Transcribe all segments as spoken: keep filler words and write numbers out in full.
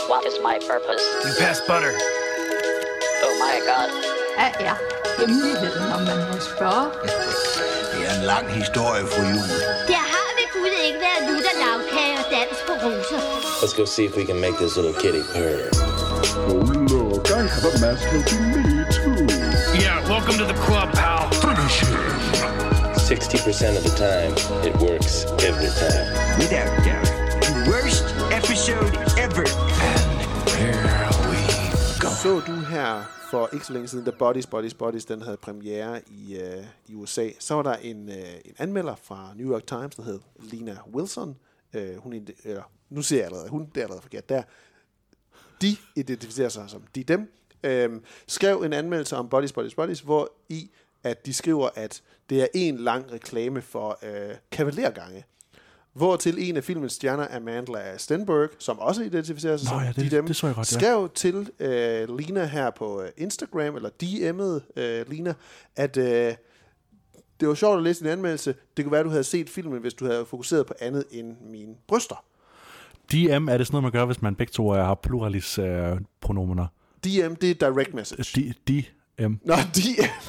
What is my purpose? You pass butter. Oh my god. Hvad er hemmeligheden, om man må spørge? Det er en lang historie, fru Jul. Der har ved Gud ikke været lutter lavkage og dans på roser. Let's go see if we can make this little kitty purr. Oh look, I have a mask helping me too. Yeah, welcome to the club, pal. Finish him. sixty percent of the time, it works every time. Without doubt, the worst episode ever. And here we go. Så du her for ikke så længe siden, da Bodies, Bodies, Bodies, den havde premiere i, uh, i U S A, så var der en, uh, en anmelder fra New York Times, der hed Lena Wilson. Uh, hun, uh, nu ser jeg allerede, hun det er allerede forkert der. De identificerer sig som de dem. Uh, skrev en anmeldelse om Bodies, Bodies, Bodies, hvor i at de skriver, at det er en lang reklame for uh, kavalergange. Hvortil en af filmens stjerner, Amanda Stenberg, som også identificerer sig Nå, som ja, det, de dem, det så jeg godt, ja. skrev til uh, Lena her på uh, Instagram, eller D M'ede uh, Lena, at uh, det var sjovt at læse din anmeldelse. Det kunne være, at du havde set filmen, hvis du havde fokuseret på andet end mine bryster. D M, er det sådan noget, man gør, hvis man begge to har pluralis øh, pronomener? D M, det er direct message. D, D M. Nå, D M.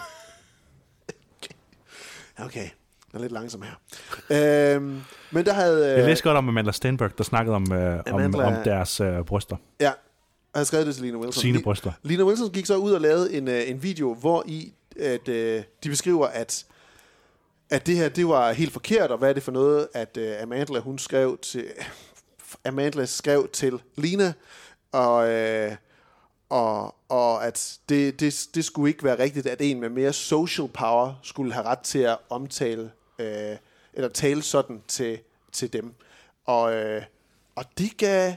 Okay, jeg er lidt langsom her. Øhm, men der havde... Øh, jeg læste godt om Amanda Stenberg, der snakkede om, øh, om, om deres øh, bryster. Ja, jeg havde skrevet det til Lena Wilson. Sine bryster. Lena Wilson gik så ud og lavede en, øh, en video, hvor i at, øh, de beskriver, at, at det her, det var helt forkert, og hvad er det for noget, at øh, Amanda, hun skrev til... Amanda skrev til Lena, og... Øh, Og, og at det, det, det skulle ikke være rigtigt, at en med mere social power skulle have ret til at omtale, øh, eller tale sådan til, til dem. Og, øh, og det gav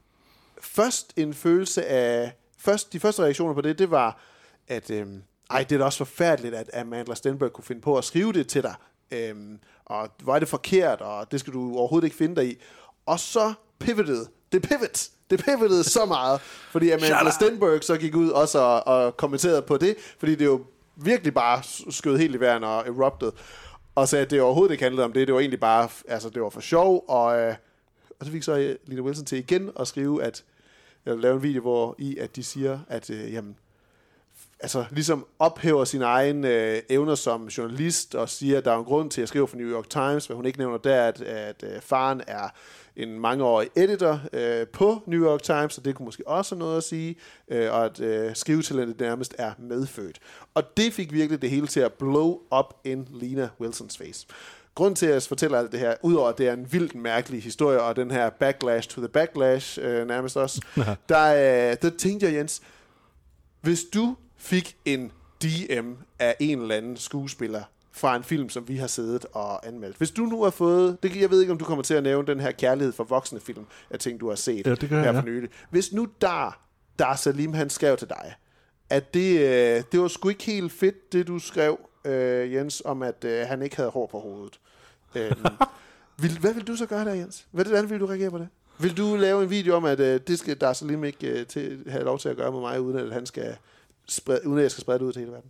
først en følelse af, først de første reaktioner på det, det var, at øh, ej, det er da også forfærdeligt, at Amanda Stenberg kunne finde på at skrive det til dig. Øh, og var det forkert, og det skal du overhovedet ikke finde dig i. Og så pivoted, det pivot, det pivotede så meget, fordi Amanda Stenberg så gik ud også og, og kommenterede på det, fordi det jo virkelig bare skød helt i vejren og erupted, og sagde, at det overhovedet ikke handlede om det, det var egentlig bare, altså det var for sjov, og, øh, og så fik så Lena Wilson til igen at skrive, at, eller lave en video, hvor i, at de siger, at øh, jamen, altså ligesom ophæver sine egne øh, evner som journalist, og siger, at der er en grund til at skrive for New York Times, men hun ikke nævner der, at, at øh, faren er en mangeårig editor øh, på New York Times, så det kunne måske også noget at sige, øh, og at øh, skrivetalentet nærmest er medfødt. Og det fik virkelig det hele til at blow up in Lena Wilsons face. Grunden til, at jeg fortæller alt det her, udover at det er en vildt mærkelig historie, og den her backlash to the backlash øh, nærmest også, der, øh, der tænkte jeg, Jens, hvis du fik en D M af en eller anden skuespiller fra en film, som vi har siddet og anmeldt. Hvis du nu har fået... Det, jeg ved ikke, om du kommer til at nævne den her kærlighed for voksne film, jeg tænkte, du har set ja, det gør her jeg, for nylig. Hvis nu der, der Salim, han skrev til dig, at det, øh, det var sgu ikke helt fedt, det du skrev, øh, Jens, om at øh, han ikke havde hår på hovedet. Øh, vil, hvad vil du så gøre der, Jens? Hvordan vil du reagere på det? Vil du lave en video om, at øh, det skal der Salim ikke øh, til, have lov til at gøre med mig, uden at han skal sprede, uden at jeg skal sprede det ud til hele verden?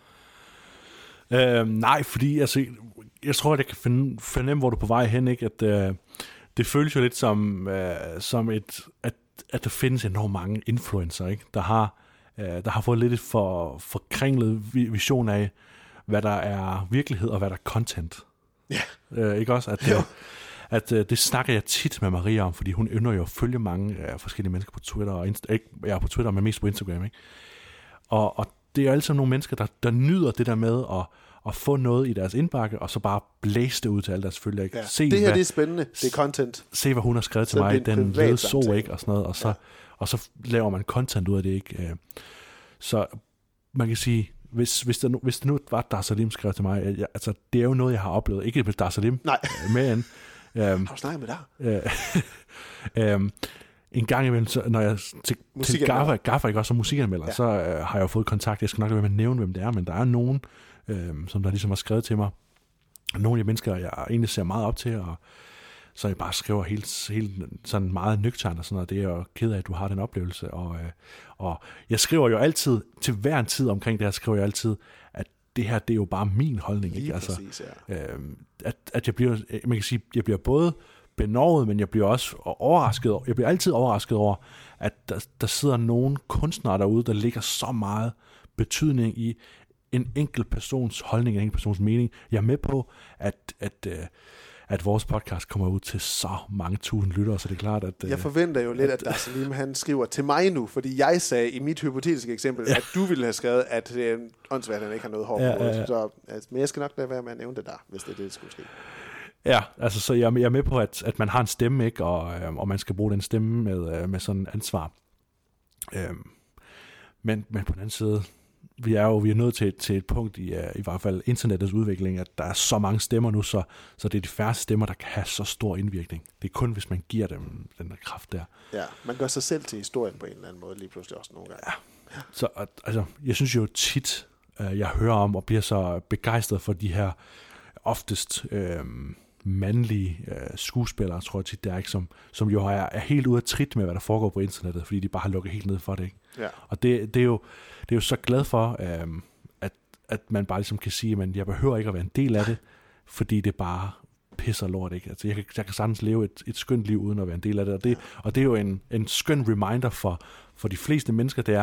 Øh, nej, fordi altså, jeg tror, at jeg kan finde, fornemme, hvor du er på vej hen, ikke? At øh, det føles jo lidt som, øh, som et, at, at der findes enormt mange influencer, ikke? Der har, øh, der har fået lidt et for, forkringlet vision af, hvad der er virkelighed og hvad der er content. Ja. Øh, ikke også? At, øh, at øh, det snakker jeg tit med Maria om, fordi hun ynder jo at følge mange øh, forskellige mennesker på Twitter, og Insta- ikke, jeg er på Twitter, men mest på Instagram, ikke? Og, og det er altså nogle mennesker, der, der nyder det der med at, at få noget i deres indbakke, og så bare blæse det ud til alle deres følgere. Ja. Se, det her hvad, det er spændende, det er content. Se, hvad hun har skrevet til så mig, den lede så, ikke, og sådan noget, og så, ja. og så laver man content ud af det, ikke? Så man kan sige, hvis, hvis, det, nu, hvis det nu var Dar Salim skrev til mig, jeg, altså, det er jo noget, jeg har oplevet, ikke med Dar Salim, Nej. men øhm, har du snakket med dig? øhm, en gang imellem, så, når jeg til, til Gaffa, Gaffa ikke også som musikanmelder, ja. så øh, har jeg jo fået kontakt. Jeg skal nok lade være med at nævne, hvem det er, men der er nogen, øh, som der ligesom har skrevet til mig. Nogle af de mennesker, jeg egentlig ser meget op til, og så jeg bare skriver helt, helt sådan meget nøgternt og sådan noget. Det er jeg ked af, at du har den oplevelse. Og, øh, og jeg skriver jo altid, til hver en tid omkring det her, skriver jeg altid, at det her, det er jo bare min holdning. Ikke? Altså, præcis, ja. øh, at, at jeg bliver, man kan sige, jeg bliver både benovet, men jeg bliver også overrasket over, jeg bliver altid overrasket over, at der, der sidder nogle kunstnere derude, der ligger så meget betydning i en enkelt persons holdning, en enkelt persons mening. Jeg er med på, at, at, at vores podcast kommer ud til så mange tusind lyttere, så det er klart, at... Jeg forventer jo lidt, at Dar Salim, han skriver til mig nu, fordi jeg sagde i mit hypotetiske eksempel, ja. at du ville have skrevet, at det er åndssvagt, at han ikke har noget hår på. Ja, ja, ja. Så, altså, men jeg skal nok lade være med at nævne det der, hvis det er det, det skulle ske. Ja, altså så jeg, jeg er med på, at, at man har en stemme, ikke, og, og man skal bruge den stemme med, med sådan ansvar. Øhm, men, men på den anden side, vi er jo vi er nået til, til et punkt i, uh, i hvert fald internettets udvikling, at der er så mange stemmer nu, så, så det er de færreste stemmer, der kan have så stor indvirkning. Det er kun, hvis man giver dem den der kraft der. Ja, man gør sig selv til historien på en eller anden måde, lige pludselig også nogle gange. Ja, ja. Så altså, jeg synes jo tit, uh, jeg hører om og bliver så begejstret for de her oftest... Uh, mandlige øh, skuespillere, tror jeg tit, det er, ikke, som, som jo er, er helt ude af trit med, hvad der foregår på internettet, fordi de bare har lukket helt ned for det. Ikke? Ja. Og det, det, er jo, det er jo så glad for, øh, at, at man bare ligesom kan sige, at jeg behøver ikke at være en del af det, fordi det bare pisser lort. Ikke? Altså, jeg, kan, jeg kan sagtens leve et, et skønt liv, uden at være en del af det. Og det, og det er jo en, en skøn reminder for, for de fleste mennesker, det er.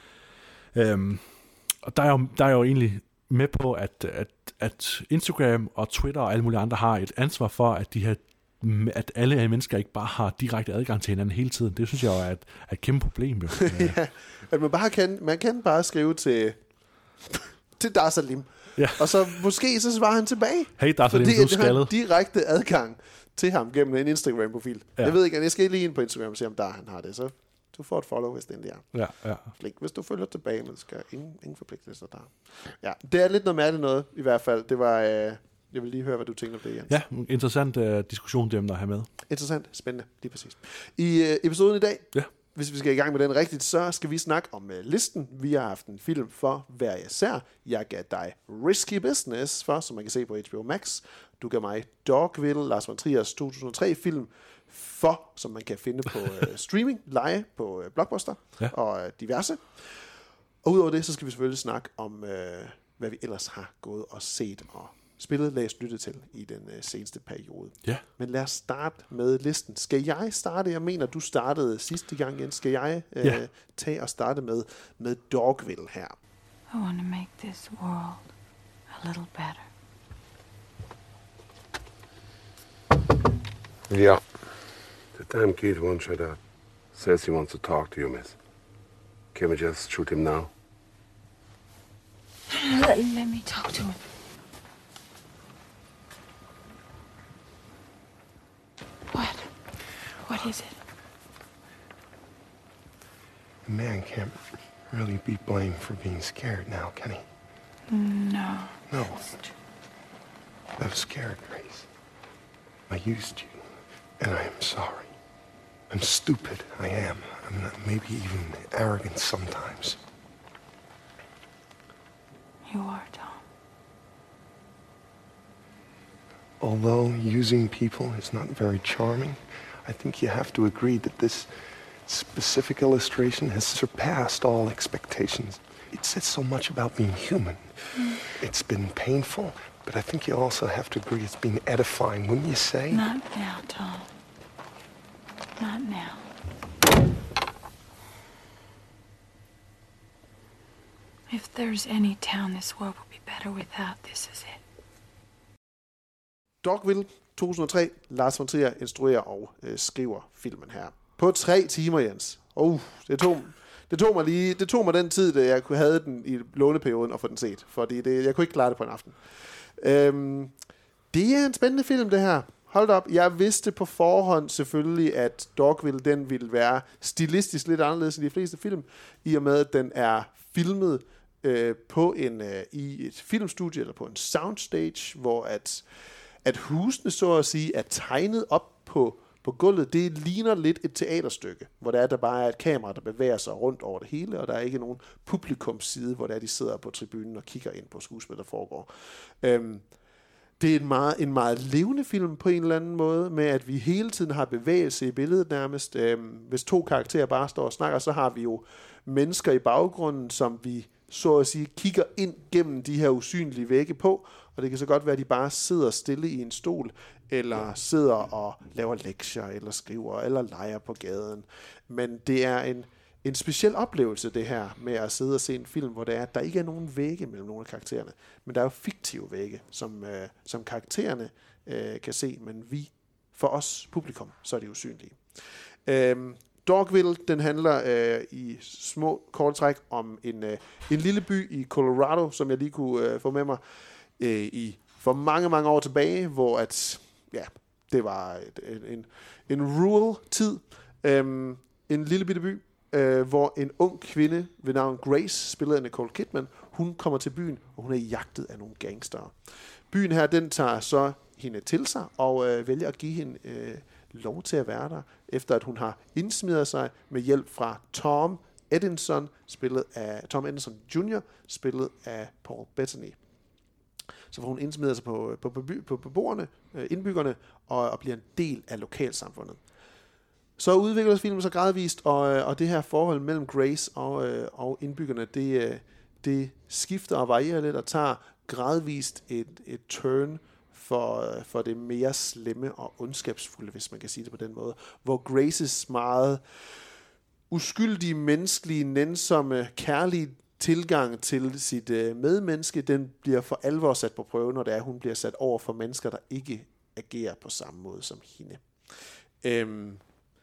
Øh, og der er, jo, der er jo egentlig med på, at, at, at Instagram og Twitter og alle mulige andre har et ansvar for, at, de her, at alle mennesker ikke bare har direkte adgang til hinanden hele tiden. Det synes jeg jo er et, er et kæmpe problem. Ja, at man bare kan, man kan bare skrive til, til Dar Salim, ja. Og så måske så svarer han tilbage. Hey Dar Salim, fordi du er skaldet. har direkte adgang til ham gennem en Instagram-profil. Ja. Jeg ved ikke, jeg skal lige ind på Instagram og se, om der han har det, så du får et follow, hvis det endelig er. Ja, ja. Hvis du følger tilbage, men skal ingen, ingen forpligtelser der. Ja, det er lidt noget mærkeligt noget, i hvert fald. Det var, øh, jeg vil lige høre, hvad du tænker om det, Jens. Ja, interessant uh, diskussion, det at have med. Interessant, spændende, lige præcis. I øh, episoden i dag, ja. hvis vi skal i gang med den rigtigt, så skal vi snakke om uh, listen. Vi har haft en film for hver især. Jeg gav dig Risky Business for, som man kan se på H B O Max. Du gav mig Dogville, Lars von Triers to tusind og tre-film for, som man kan finde på uh, streaming, leje på uh, Blockbuster ja. og uh, diverse. Og udover det, så skal vi selvfølgelig snakke om, uh, hvad vi ellers har gået og set og spillet, læst, lyttet til i den uh, seneste periode. Ja. Men lad os starte med listen. Skal jeg starte? Jeg mener, du startede sidste gang, Jens. Skal jeg uh, ja. tage og starte med, med Dogville her? I want to make this world a little better. Yeah. The damn kid won't shut up. Says he wants to talk to you, miss. Can we just shoot him now? Let, let me talk to him. What? What is it? A man can't really be blamed for being scared now, can he? No. No. I was scared, Grace. I used you, and I am sorry. I'm stupid, I am. I'm not, maybe even arrogant sometimes. You are, Tom. Although using people is not very charming, I think you have to agree that this specific illustration has surpassed all expectations. It says so much about being human. Mm. It's been painful, but I think you also have to agree it's been edifying, wouldn't you say? Not now, Tom. Not now. If there's any town this world would be better without, this is it. Dogville to tusind og tre. Lars von Trier instruerer og øh, skriver filmen her. På tre timer, Jens. Oh, det tog, det tog mig lige, det tog mig den tid, da jeg kunne have den i låneperioden og få den set, fordi det, jeg kunne ikke klare det på en aften. Øhm, det er en spændende film, det her. Hold op, jeg vidste på forhånd selvfølgelig, at Dogville, den ville være stilistisk lidt anderledes end de fleste film, i og med, at den er filmet øh, på en, øh, i et filmstudie, eller på en soundstage, hvor at, at husene, så at sige, er tegnet op på, på gulvet. Det ligner lidt et teaterstykke, hvor der er der bare er et kamera, der bevæger sig rundt over det hele, og der er ikke nogen publikumsside, hvor der de sidder på tribunen og kigger ind på skuespil, der foregår. Øhm, Det er en meget, en meget levende film på en eller anden måde, med at vi hele tiden har bevægelse i billedet nærmest. Øhm, hvis to karakterer bare står og snakker, så har vi jo mennesker i baggrunden, som vi så at sige, kigger ind gennem de her usynlige vægge på, og det kan så godt være, at de bare sidder stille i en stol, eller sidder og laver lektier, eller skriver, eller leger på gaden. Men det er en, en speciel oplevelse, det her, med at sidde og se en film, hvor det er, at der ikke er nogen vægge mellem nogle af karaktererne, men der er jo fiktive vægge, som, øh, som karaktererne øh, kan se, men vi, for os publikum, så er de usynlige. Øhm, Dogville, den handler øh, i små korte træk om en, øh, en lille by i Colorado, som jeg lige kunne øh, få med mig øh, i for mange, mange år tilbage, hvor at, ja, det var et, en, en, en rural tid. Øhm, en lille bitte by, øh, hvor en ung kvinde ved navn Grace, spillet af Nicole Kidman, hun kommer til byen, og hun er jagtet af nogle gangstere. Byen her, den tager så hende til sig, og øh, vælger at give hende øh, lov til at være der, efter at hun har indsmidt sig med hjælp fra Tom Edinson, spillet af Tom Edinson junior, spillet af Paul Bettany. Så får hun indsmidt sig på, på, på, på beboerne, indbyggerne, og, og bliver en del af lokalsamfundet. Så udvikler filmen sig gradvist, og, og det her forhold mellem Grace og, og indbyggerne, det, det skifter og varierer lidt, og tager gradvist et, et turn for, for det mere slemme og ondskabsfulde, hvis man kan sige det på den måde. Hvor Graces meget uskyldige, menneskelige, nænsomme, kærlige tilgang til sit øh, medmenneske, den bliver for alvor sat på prøve, når det er, hun bliver sat over for mennesker, der ikke agerer på samme måde som hende. Øhm,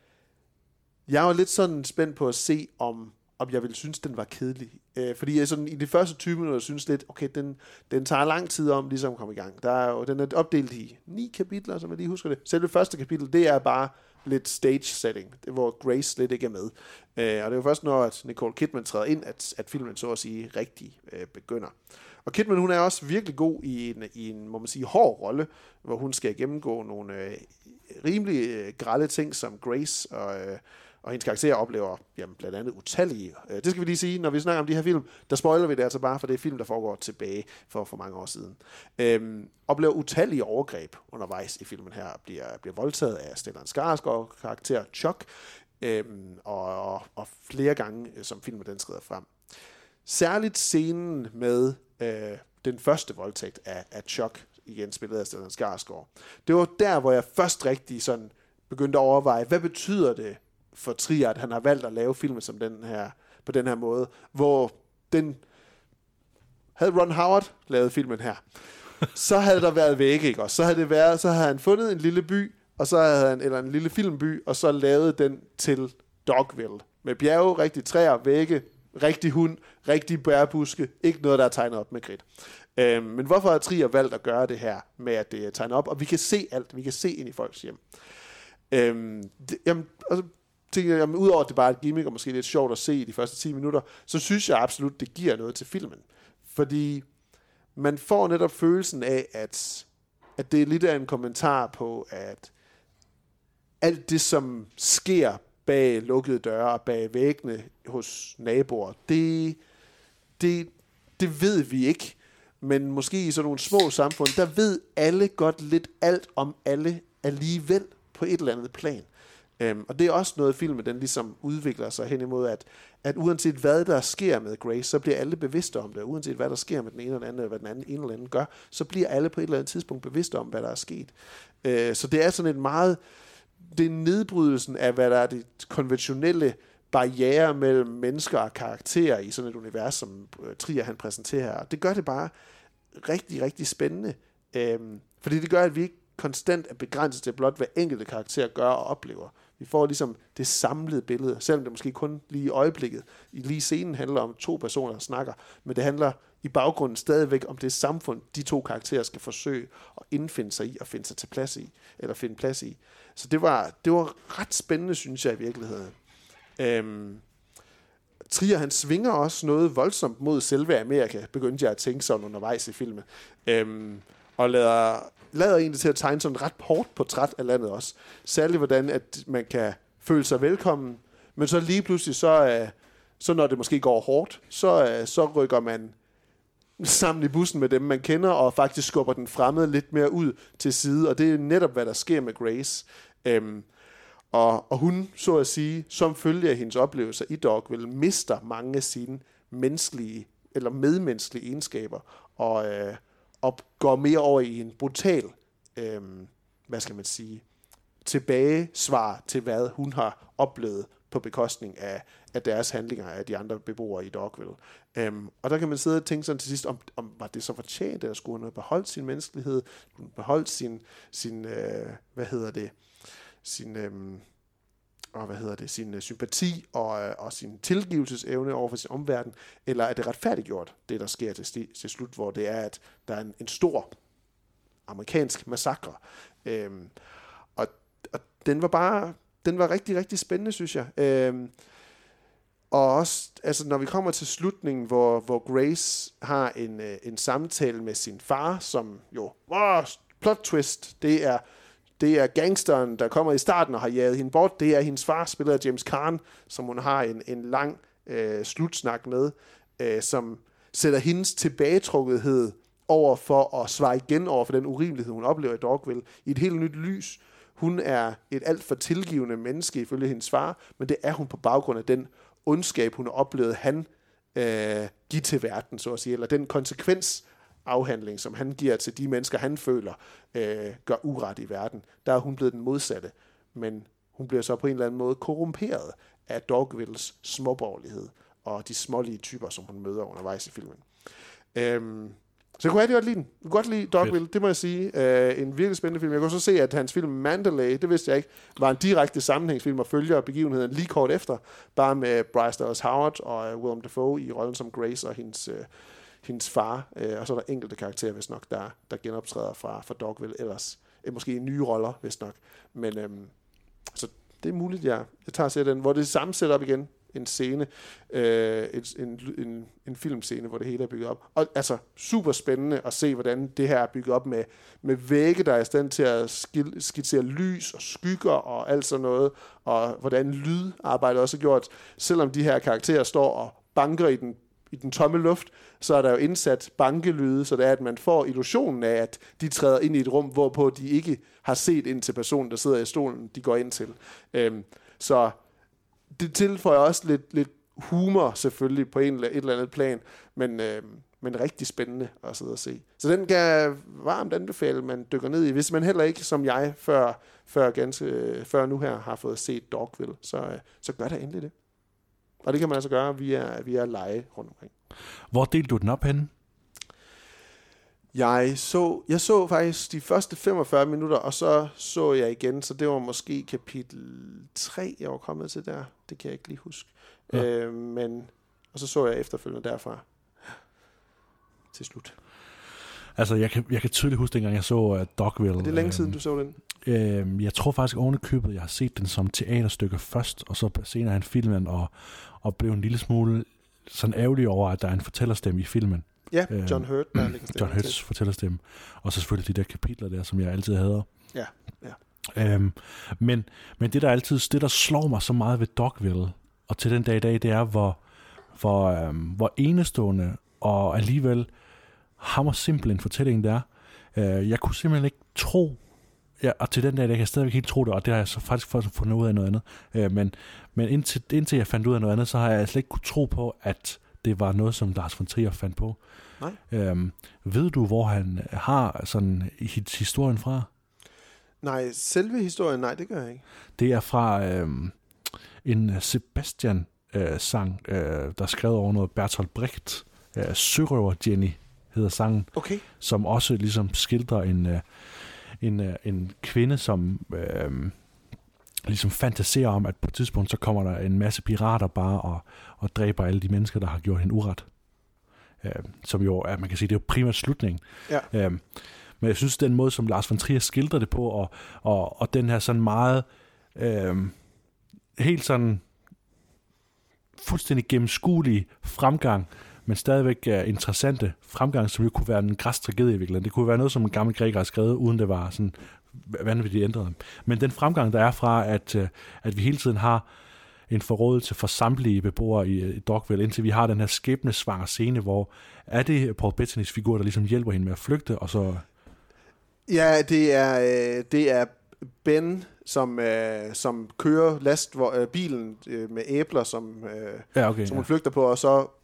jeg var lidt sådan spændt på at se, om, om jeg ville synes, den var kedelig. Øh, fordi jeg sådan, i de første tyve minutter synes lidt, okay, den, den tager lang tid om ligesom at komme i gang. Der er jo, den er opdelt i ni kapitler, som jeg lige husker det. Selv det første kapitel, det er bare lidt stage setting, hvor Grace slet ikke er med. Øh, og det er jo først, når at Nicole Kidman træder ind, at, at filmen så at sige rigtig øh, begynder. Og Kidman, hun er også virkelig god i en, i en, må man sige, hård rolle, hvor hun skal gennemgå nogle øh, rimelig øh, grelle ting, som Grace og, øh, og hendes karakter oplever, jamen, blandt andet utallige. Øh, det skal vi lige sige, når vi snakker om de her film, der spoiler vi det altså bare, for det er film, der foregår tilbage for for mange år siden. Øh, oplever utallige overgreb undervejs i filmen her, bliver, bliver voldtaget af Stellan Skarsgård, karakter Chuck, øh, og, og, og flere gange, som filmen den skrider frem. Særligt scenen med øh, den første voldtægt af, af Chuck, igen spillet af Stellan Skarsgård. Det var der, hvor jeg først rigtig sådan begyndte at overveje, hvad betyder det for Trier, at han har valgt at lave filmen som den her, på den her måde, hvor den havde Ron Howard lavet filmen her, så havde der været vægge, ikke? Og så havde det været, så havde han fundet en lille by, og så havde han, eller en lille filmby, og så lavet den til Dogville. Med bjerge, rigtig træer, vægge, rigtig hund, rigtig bærbuske, ikke noget, der er tegnet op med kridt. Øhm, men hvorfor har Trier valgt at gøre det her med, at det er tegnet op, og vi kan se alt, vi kan se ind i folks hjem. Øhm, det, jamen, altså, tænker jeg, udover at det bare er et gimmick, og måske lidt sjovt at se i de første ti minutter, så synes jeg absolut, det giver noget til filmen. Fordi man får netop følelsen af, at, at det er lidt af en kommentar på, at alt det, som sker bag lukkede døre og bag væggene hos naboer, det, det, det ved vi ikke. Men måske i sådan nogle små samfund, der ved alle godt lidt alt om alle alligevel på et eller andet plan. Um, og det er også noget, filmen den ligesom udvikler sig hen imod, at, at uanset hvad der sker med Grace, så bliver alle bevidste om det. Uanset hvad der sker med den ene eller anden, eller hvad den anden en eller anden gør, så bliver alle på et eller andet tidspunkt bevidste om, hvad der er sket. Uh, så det er sådan et meget, det er nedbrydelsen af, hvad der er det konventionelle barriere mellem mennesker og karakterer i sådan et univers, som Trier han præsenterer her. Det gør det bare rigtig, rigtig spændende. Um, fordi det gør, at vi ikke konstant er begrænset til blot, hvad enkelte karakter gør og oplever. Vi får ligesom det samlede billede, selvom det måske kun lige i øjeblikket, i lige scenen handler om to personer, der snakker, men det handler i baggrunden stadigvæk om det samfund, de to karakterer skal forsøge at indfinde sig i og finde sig til plads i, eller finde plads i. Så det var, det var ret spændende, synes jeg i virkeligheden. Øhm, Trier, han svinger også noget voldsomt mod selve Amerika, begyndte jeg at tænke sådan undervejs i filmen. Øhm, og lader, lader egentlig til at tegne sådan et ret hårdt portræt af landet også. Særligt hvordan, at man kan føle sig velkommen, men så lige pludselig, så, så når det måske går hårdt, så, så rykker man sammen i bussen med dem, man kender, og faktisk skubber den fremmede lidt mere ud til side, og det er netop, hvad der sker med Grace. Øhm, og, og hun, så at sige, som følge af hendes oplevelser i Dogville, mister mange af sine menneskelige eller medmenneskelige egenskaber, og, øh, og går mere over i en brutal, øh, hvad skal man sige, tilbagesvar til, hvad hun har oplevet på bekostning af, af deres handlinger af de andre beboere i Dogville. Um, og der kan man sidde og tænke sådan til sidst, om, om var det så fortjent, eller skulle hun have beholdt sin menneskelighed, skulle hun beholdt sin, sin øh, hvad hedder det, sin, øh, og hvad hedder det, sin øh, sympati og, øh, og sin tilgivelsesevne over for sin omverden, eller er det retfærdiggjort, det der sker til, til slut, hvor det er, at der er en, en stor amerikansk massakre. Um, og, og den var bare, den var rigtig, rigtig spændende, synes jeg. Um, Og også, altså når vi kommer til slutningen, hvor, hvor Grace har en, en samtale med sin far, som jo, wow, plot twist, det er, det er gangsteren, der kommer i starten og har jaget hende bort. Det er hendes far, spiller af James Caan, som hun har en, en lang øh, slutsnak med, øh, som sætter hendes tilbagetrukkethed over for at svare igen over for den urimelighed, hun oplever i Dogville, i et helt nyt lys. Hun er et alt for tilgivende menneske ifølge hendes far, men det er hun på baggrund af den ondskab, hun har oplevet, han øh, giver til verden, så at sige, eller den konsekvensafhandling, som han giver til de mennesker, han føler, øh, gør uret i verden. Der er hun blevet den modsatte, men hun bliver så på en eller anden måde korrumperet af Dogvilles småborgerlighed og de smålige typer, som hun møder undervejs i filmen. Øhm, Så jeg kunne rigtig godt lide den. Jeg kunne godt lide Dogville, det må jeg sige. Uh, en virkelig spændende film. Jeg kunne så se, at hans film Mandalay, det vidste jeg ikke, var en direkte sammenhængsfilm og følger begivenheden lige kort efter, bare med Bryce Dallas Howard og uh, Willem Dafoe i rollen som Grace og hendes, uh, hendes far. Uh, og så er der enkelte karakterer, hvis nok, der, der genoptræder fra, fra Dogville ellers. Uh, måske nye roller, hvis nok. Men um, så det er muligt, jeg, jeg tager og ser den, hvor det samme sætter op igen. En scene, øh, en, en, en filmscene, hvor det hele er bygget op. Og altså, super spændende at se, hvordan det her er bygget op med, med vægge, der er i stand til at skil, skitsere lys og skygger og alt sådan noget, og hvordan lydarbejdet også er gjort. Selvom de her karakterer står og banker i den, i den tomme luft, så er der jo indsat bankelyde, så det er, at man får illusionen af, at de træder ind i et rum, hvorpå de ikke har set ind til personen, der sidder i stolen, de går ind til. Øhm, så det tilføjer også lidt, lidt humor selvfølgelig på en, et eller andet plan, men, øh, men rigtig spændende at sidde og se. Så den kan jeg varmt anbefale, man dykker ned i. Hvis man heller ikke, som jeg, før, før, ganske, før nu her, har fået set Dogville, så, øh, så gør da endelig det. Og det kan man altså gøre via, via leje rundt omkring. Hvor delte du den op henne? Jeg så, jeg så faktisk de første femogfyrre minutter, og så så jeg igen, så det var måske kapitel tre, jeg var kommet til der. Det kan jeg ikke lige huske. Ja. Øh, men, og så så jeg efterfølgende derfra til slut. Altså, jeg kan, jeg kan tydeligt huske, dengang jeg så uh, Dogville. Er det længe siden, du så den? Øh, jeg tror faktisk oven i købet, jeg har set den som teaterstykke først, og så senere han filmen, og, og blev en lille smule sådan ærgerlig over, at der er en fortællerstemme i filmen. Ja, John Hurt. Der John Hurts fortællerstemme. Og så selvfølgelig de der kapitler der, som jeg altid hader. Ja, ja. Øhm, men, men det der altid, det der slår mig så meget ved Dogville, og til den dag i dag, det er, hvor, hvor, øhm, hvor enestående og alligevel hammer simpel en fortælling der. Øh, jeg kunne simpelthen ikke tro, ja, og til den dag, der kan jeg stadigvæk helt tro det, og det har jeg så faktisk fundet ud af noget andet. Øh, men men indtil, indtil jeg fandt ud af noget andet, så har jeg slet ikke kunne tro på, at det var noget, som Lars von Trier fandt på. Nej. Øhm, ved du, hvor han har sådan historien fra? Nej, selve historien, nej, det gør jeg ikke. Det er fra øhm, en Sebastian-sang, øh, øh, der er skrevet over noget Bertolt Brecht. Øh, Sørøver Jenny hedder sangen. Okay. Som også ligesom skildrer en, øh, en, øh, en kvinde, som øh, ligesom fantaserer om, at på et tidspunkt, så kommer der en masse pirater bare og, og dræber alle de mennesker, der har gjort hende uret. Øh, som jo, at man kan sige, det er jo primært slutningen. Ja. Øh, men jeg synes, den måde, som Lars von Trier skildrer det på, og, og, og den her sådan meget, øh, helt sådan fuldstændig gennemskuelige fremgang, men stadigvæk uh, interessante fremgang, som jo kunne være en græs tragedie i virkeligheden. Det kunne være noget, som en gammel græker har skrevet, uden det var sådan vanvittigt ændret. Men den fremgang, der er fra, at, uh, at vi hele tiden har en forrådelse for samtlige beboere i, i Dogville, indtil vi har den her skæbnesvangre scene, hvor er det Paul Bettanys figur, der ligesom hjælper hende med at flygte, og så... Ja, det er, øh, det er Ben, som, øh, som kører last, hvor, øh, bilen øh, med æbler, som, øh, ja, okay, som hun ja. flygter på, og så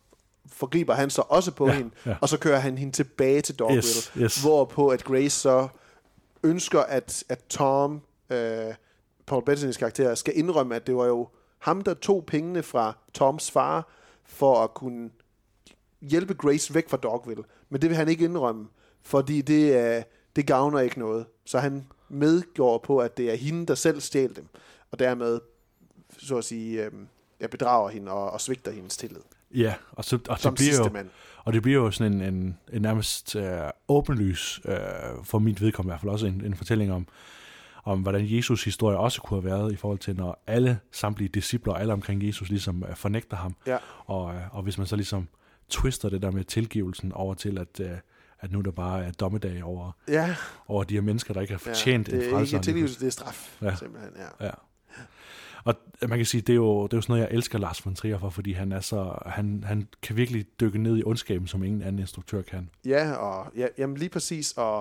forgriber han så også på ja, hende, ja. og så kører han hende tilbage til Dogville, yes, yes. hvorpå at Grace så ønsker, at, at Tom, øh, Paul Bettany's karakter, skal indrømme, at det var jo ham, der tog pengene fra Toms far, for at kunne hjælpe Grace væk fra Dogville. Men det vil han ikke indrømme, fordi det, øh, det gavner ikke noget. Så han medgår på, at det er hende, der selv stjal dem, og dermed, så at sige, øh, jeg bedrager hende og, og svigter hendes tillid. Ja, og, så, og, det, bliver jo, og det bliver jo sådan en, en, en nærmest øh, åbenlys, øh, for mit vedkommende i hvert fald også en, en fortælling om, om hvordan Jesus' historie også kunne have været i forhold til, når alle samtlige discipler og alle omkring Jesus ligesom øh, fornægter ham. Ja. Og, øh, og hvis man så ligesom twister det der med tilgivelsen over til, at, øh, at nu der bare er dommedag over, ja. over de her mennesker, der ikke har fortjent ja, en frelser. Det er ikke tilgivelse, det er straf, ja. simpelthen. Ja. Ja. Og man kan sige, det er jo, det er jo sådan noget, jeg elsker Lars von Trier for, fordi han er så, han, han kan virkelig dykke ned i ondskaben, som ingen anden instruktør kan. Ja, og ja, jamen lige præcis, og,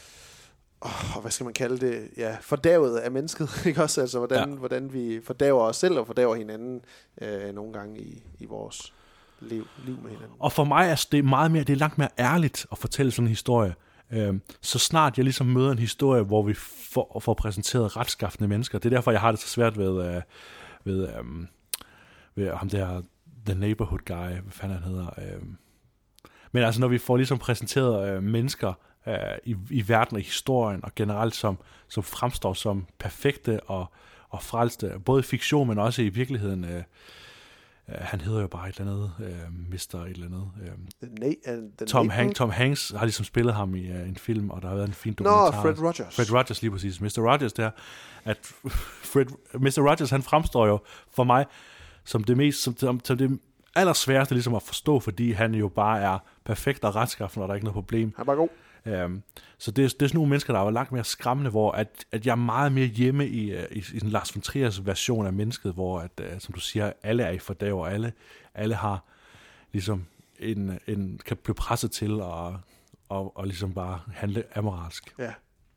og hvad skal man kalde det, ja, fordavet af mennesket, ikke også? Altså, hvordan, ja. hvordan vi fordaver os selv og fordaver hinanden øh, nogle gange i, i vores liv, liv med hinanden. Og for mig er det meget mere, det er langt mere ærligt at fortælle sådan en historie. Så snart jeg ligesom møder en historie, hvor vi får, får præsenteret retskaffende mennesker. Det er derfor, jeg har det så svært ved, uh, ved, um, ved ham der, The Neighborhood Guy, hvad fanden han hedder. Um. Men altså, når vi får ligesom præsenteret uh, mennesker uh, i, i verden og i historien, og generelt som, som fremstår som perfekte og, og frelste, både i fiktion, men også i virkeligheden. Uh, Uh, han hedder jo bare et eller andet, uh, mister et eller andet. Uh, the na- the Tom, Hanks, Tom Hanks har ligesom spillet ham i uh, en film, og der har været en fin dokumentar. Nå, Fred Rogers. Fred Rogers, lige præcis. mister Rogers der, at Fred, mister Rogers, han fremstår jo for mig som det mest, som, som, som det allersværeste ligesom at forstå, fordi han jo bare er perfekt og retskaffen, og der er ikke noget problem. Han er bare god. Um, så det er, det er sådan nogle mennesker, der er langt mere skræmmende, hvor at, at jeg er meget mere hjemme i, uh, i, i Lars von Triers version af mennesket, hvor at, uh, som du siger, alle er i fordav, og alle, alle har ligesom en, en, kan blive presset til og, og, og ligesom bare handle amoralsk. Ja.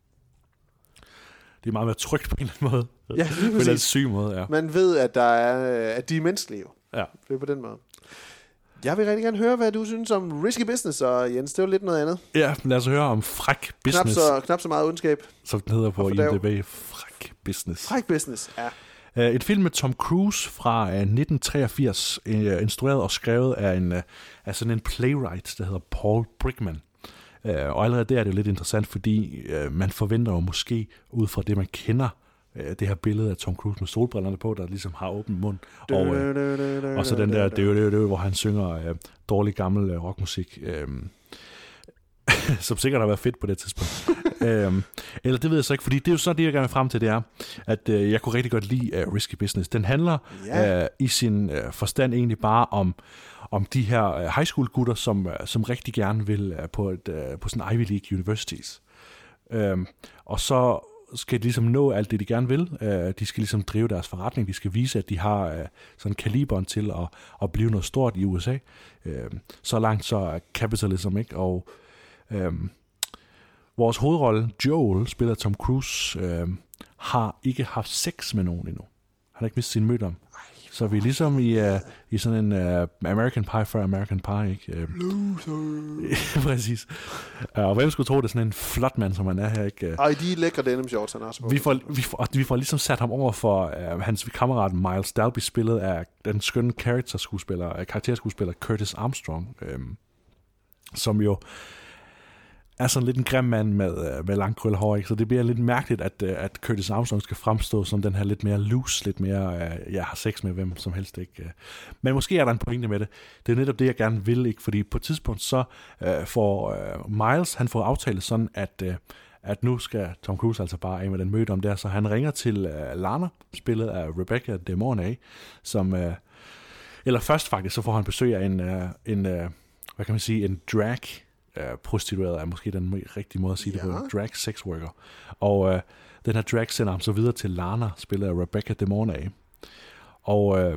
Det er meget mere trygt på en eller anden måde. Ja, lige på en eller syg måde, ja. Man ved, at, der er, at de er menneskelige. Ja. Det er på den måde. Jeg vil rigtig gerne høre, hvad du synes om Risky Business, og Jens, det er jo lidt noget andet. Ja, lad os høre om Fræk Business. Knap så, knap så meget ondskab. Som den hedder på I M D B. Fræk Business. Fræk Business, ja. Uh, et film med Tom Cruise fra uh, nitten treogfirs, uh, instrueret og skrevet af, en, uh, af sådan en playwright, der hedder Paul Brickman. Uh, og allerede der er det jo lidt interessant, fordi uh, man forventer jo måske, ud fra det man kender, uh, det her billede af Tom Cruise med solbrillerne på, der ligesom har åben mund. Og, uh, og så den der, det er jo det, hvor han synger uh, dårlig gammel uh, rockmusik. Uh, som sikkert har været fedt på det tidspunkt. øhm, eller det ved jeg så ikke, fordi det er jo så det, jeg gerne vil frem til, det er, at øh, jeg kunne rigtig godt lide uh, Risky Business. Den handler yeah. øh, i sin øh, forstand egentlig bare om, om de her øh, high school gutter, som, øh, som rigtig gerne vil øh, på, et, øh, på sådan Ivy League Universities. Øhm, og så skal de ligesom nå alt det, de gerne vil. Øh, de skal ligesom drive deres forretning. De skal vise, at de har øh, sådan kaliberen til at, at blive noget stort i U S A. Øh, så langt så er capitalism, ikke? Og Øhm, vores hovedrolle, Joel, spiller Tom Cruise, øhm, har ikke haft sex med nogen endnu. Han har ikke mistet sin mødom. Så vi er ligesom i, uh, i sådan en uh, American Pie for American Pie, ikke? Øhm, Præcis. Uh, og hvem skulle tro, det er sådan en flot mand, som han er her, ikke? Ej, de er lækre denim shorts, han har på. Vi får, vi, får, vi får ligesom sat ham over for uh, hans kammerat Miles Dalby, spillet af den skønne karakterskuespiller, uh, karakterskuespiller Curtis Armstrong, øhm, som jo er sådan lidt en grim mand med, med langt krøllet hår, ikke? Så det bliver lidt mærkeligt, at, at Curtis Armstrong skal fremstå som den her lidt mere loose, lidt mere, uh, jeg har sex med hvem som helst, ikke? Men måske er der en pointe med det. Det er netop det, jeg gerne vil, ikke? Fordi på et tidspunkt så uh, får uh, Miles, han får aftalt sådan, at, uh, at nu skal Tom Cruise altså bare af med den møde om der, så han ringer til uh, Lana, spillet af Rebecca De Mornay, som, uh, eller først faktisk, så får han besøg af en, uh, en uh, hvad kan man sige, en drag Uh, prostitueret er måske den rigtige måde at sige ja. det på, drag sex worker. Og uh, den her drag sender ham så videre til Lana, spillet af Rebecca De Mornay. Og uh,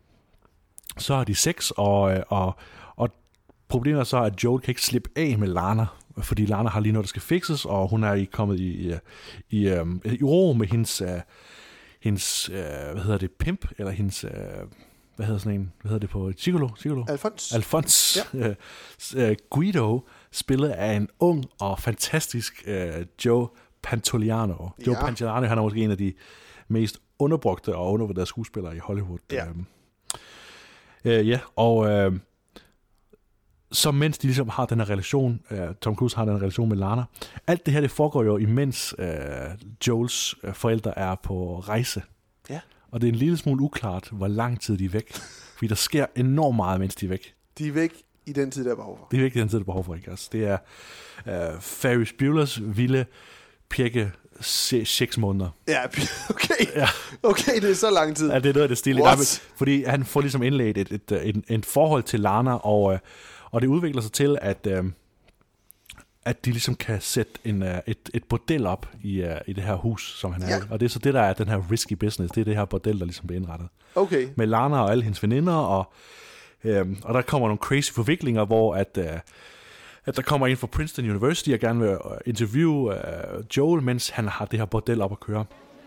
så har de sex, og, uh, og, og problemet er så, at Joel kan ikke slippe af med Lana, fordi Lana har lige noget, der skal fikses, og hun er kommet i, i, i, um, i ro med hendes, uh, hendes uh, hvad hedder det, pimp, eller hendes, uh, hvad hedder sådan en, hvad hedder det på Gigolo? Gigolo? Alfons. Alfons. Ja. uh, Guido, spillet af en ung og fantastisk uh, Joe Pantoliano. Ja. Joe Pantoliano, han er måske en af de mest underbrugte og undervurderede skuespillere i Hollywood. Ja. Uh, uh, ja, og uh, så mens de ligesom har den her relation, uh, Tom Cruise har den her relation med Lana, alt det her, det foregår jo imens uh, Joels uh, forældre er på rejse. Ja. Og det er en lille smule uklart, hvor lang tid de er væk. Fordi der sker enormt meget, mens de er væk. De er væk i den tid, der er behov for. Det er væk i den tid, der er behov for, ikke også? Det er uh, Ferris Bueller's vilde pirke seks måneder. Ja, okay. Ja. Okay, det er så lang tid. Ja, det er noget af det stil. Fordi han får ligesom indledt et, et, et, et, et forhold til Lana, og, og det udvikler sig til, at, at de ligesom kan sætte en, et, et bordel op i, i det her hus, som han er. Ja. Og det er så det, der er den her risky business. Det er det her bordel, der ligesom bliver indrettet. Okay. Med Lana og alle hendes veninder, og, øhm, og der kommer nogle crazy forviklinger, hvor at, øh, at der kommer en fra Princeton University, og gerne vil interviewe øh, Joel, mens han har det her bordel op at køre.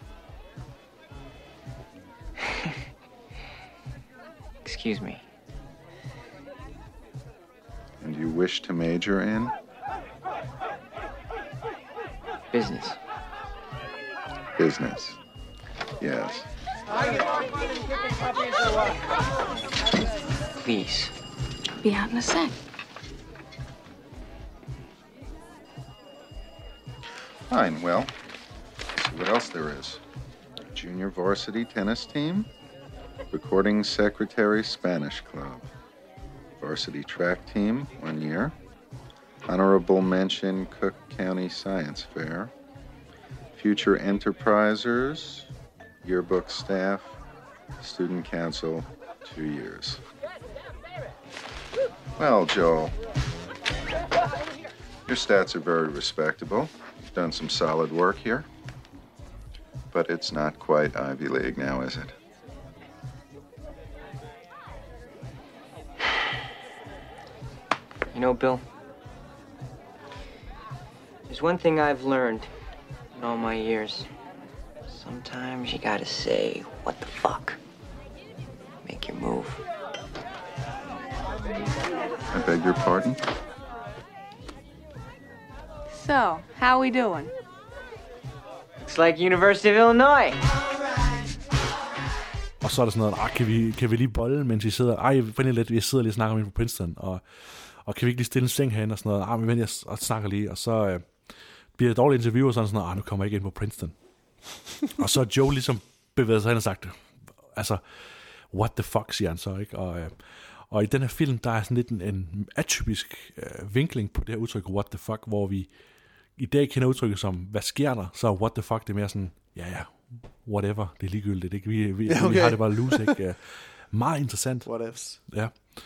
Excuse me. And you wish to major in? Business. Business. Yes. Please. Be out in a sec. Fine, well, let's see what else there is. Junior varsity tennis team, recording secretary Spanish club, varsity track team, one year, honorable mention Cook County Science Fair, future enterprisers, yearbook staff, student council, two years. Well, Joel, your stats are very respectable. You've done some solid work here. But it's not quite Ivy League now, is it? You know, Bill, there's one thing I've learned in all my years. Sometimes you gotta say, what the fuck? Make your move. I beg your pardon? So, how we doing? It's like University of Illinois. Og så er der sådan noget, ah, kan, vi, kan vi lige bolle, mens vi sidder, ej, vent lidt, vi sidder lige og snakker med på Princeton, og, og kan vi ikke lige stille en seng herinde, og sådan noget, ah, men vent, jeg og snakker lige, og så øh, bliver det dårligt interview, og sådan noget, ah, nu kommer jeg ikke ind på Princeton. Og så er Joe ligesom bevæget sig hen og sagt, altså, what the fuck, siger han så, ikke? Og, øh, og i den her film, der er sådan lidt en, en atypisk øh, vinkling på det her udtryk, what the fuck, hvor vi i dag kender udtrykket som, hvad sker der? Så what the fuck, det er mere sådan, ja ja, whatever, det er ligegyldigt, ikke? Vi, vi, ja, okay. vi har det bare loose, ikke? Uh, meget interessant. What ifs. Ja.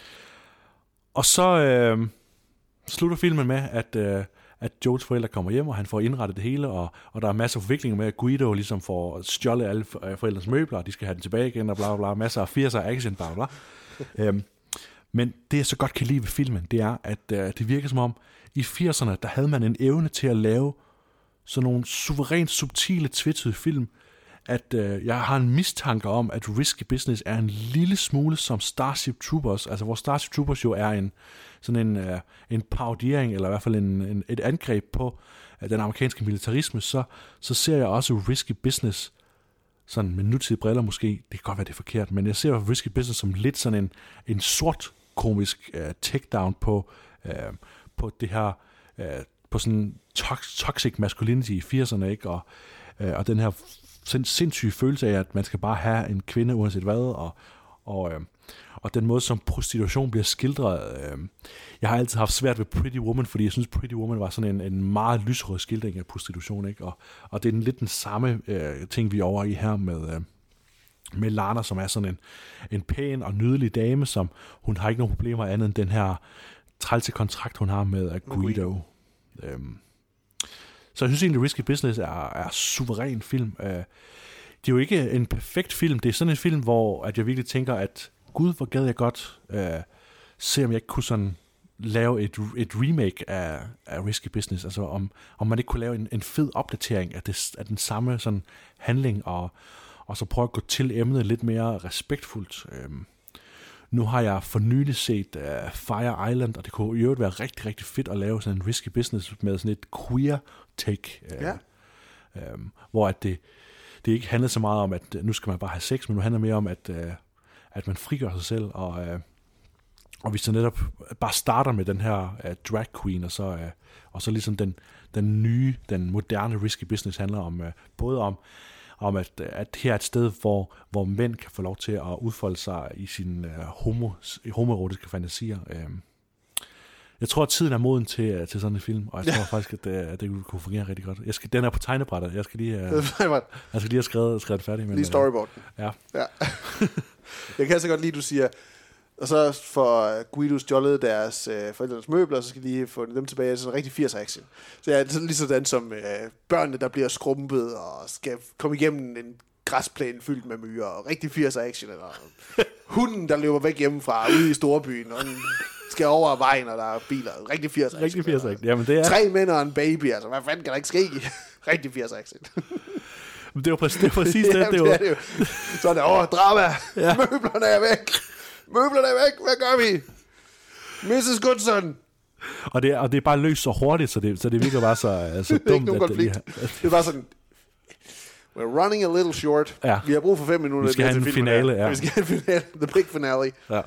Og så øh, slutter filmen med, at, øh, at Joels forældre kommer hjem, og han får indrettet det hele, og, og der er masser af forviklinger med, at Guido ligesom får stjålet alle forældres møbler, og de skal have den tilbage igen, og bla bla bla, masser af firser action, bla bla. øhm, men det jeg så godt kan lide ved filmen, det er, at øh, det virker som om, i firserne, der havde man en evne til at lave sådan nogle suverænt subtile, tvetydige film, at øh, jeg har en mistanke om, at Risky Business er en lille smule som Starship Troopers, altså hvor Starship Troopers jo er en sådan en, øh, en parodiering, eller i hvert fald en, en, et angreb på øh, den amerikanske militarisme, så, så ser jeg også Risky Business, sådan med nutidige briller måske, det kan godt være, det er forkert, men jeg ser Risky Business som lidt sådan en, en sort komisk øh, takedown på, øh, på det her, øh, på sådan tox- toxic masculinity i firserne, ikke? Og, øh, og den her sindssyge følelse af, at man skal bare have en kvinde uanset hvad, og, og, øh, og den måde, som prostitution bliver skildret. Øh, jeg har altid haft svært ved Pretty Woman, fordi jeg synes, Pretty Woman var sådan en, en meget lysrød skildring af prostitution, ikke? Og, og det er lidt den samme øh, ting, vi er over i her med, øh, med Lana, som er sådan en, en pæn og nydelig dame, som hun har ikke nogen problemer andet end den her trælse kontrakt, hun har med Guido. Øhm. Så jeg synes egentlig, Risky Business er, er suveræn film. Uh, det er jo ikke en perfekt film. Det er sådan en film, hvor at jeg virkelig tænker, at gud, hvor gad jeg godt uh, se, om jeg ikke kunne sådan lave et, et remake af, af Risky Business. Altså om, om man ikke kunne lave en, en fed opdatering af, det, af den samme sådan handling, og, og så prøve at gå til emnet lidt mere respektfuldt. Um, nu har jeg for nylig set uh, Fire Island, og det kunne i øvrigt være rigtig, rigtig fedt at lave sådan en risky business med sådan et queer take, uh, ja. um, hvor at det, det ikke handler så meget om, at nu skal man bare have sex, men nu handler mere om, at, uh, at man frigør sig selv, og, uh, og vi så netop bare starter med den her uh, drag queen, og så, uh, og så ligesom den, den nye, den moderne risky business handler om, uh, både om, om at, at her er et sted, hvor, hvor mænd kan få lov til at udfolde sig i sine uh, homo, homoerotiske fantasier. Um, jeg tror, at tiden er moden til, til sådan en film, og jeg tror ja. faktisk, at det, at det kunne fungere rigtig godt. Jeg skal, den er på tegnebrættet. Jeg skal lige, uh, jeg skal lige have skrevet, skrevet færdig. Men, lige storyboarden. Uh, ja. ja. Jeg kan så godt lide, du siger, og så får Guido stjålet deres øh, forældrenes møbler, og så skal de få dem tilbage til sådan en rigtig firs action. Så ja, det er sådan lige sådan som øh, børnene, der bliver skrumpet og skal komme igennem en græsplæne fyldt med myrer, og rigtig firs action, eller hunden, der løber væk hjemmefra ude i storbyen, og den skal over vejen, og der er biler. Rigtig firs action. Rigtig firs action. Jamen, det er... Tre mænd og en baby, altså hvad fanden kan der ikke ske? Rigtig firs action. Det var præcis det. Præcis det, Jamen, det, var... det er det jo. Sådan, åh, drama. Ja. Møblerne er væk. Møblerne er væk. Hvad gør vi? missus Goodson. Og det, er, og det er bare løst så hurtigt, så det, så det virker bare så, altså, det er dumt. Ikke nogen konflikt. Det, har... det er bare sådan, we're running a little short. Ja. Vi har brug for fem minutter. Vi skal have en finale. Ja. Vi skal have en finale. The big finale. Ja.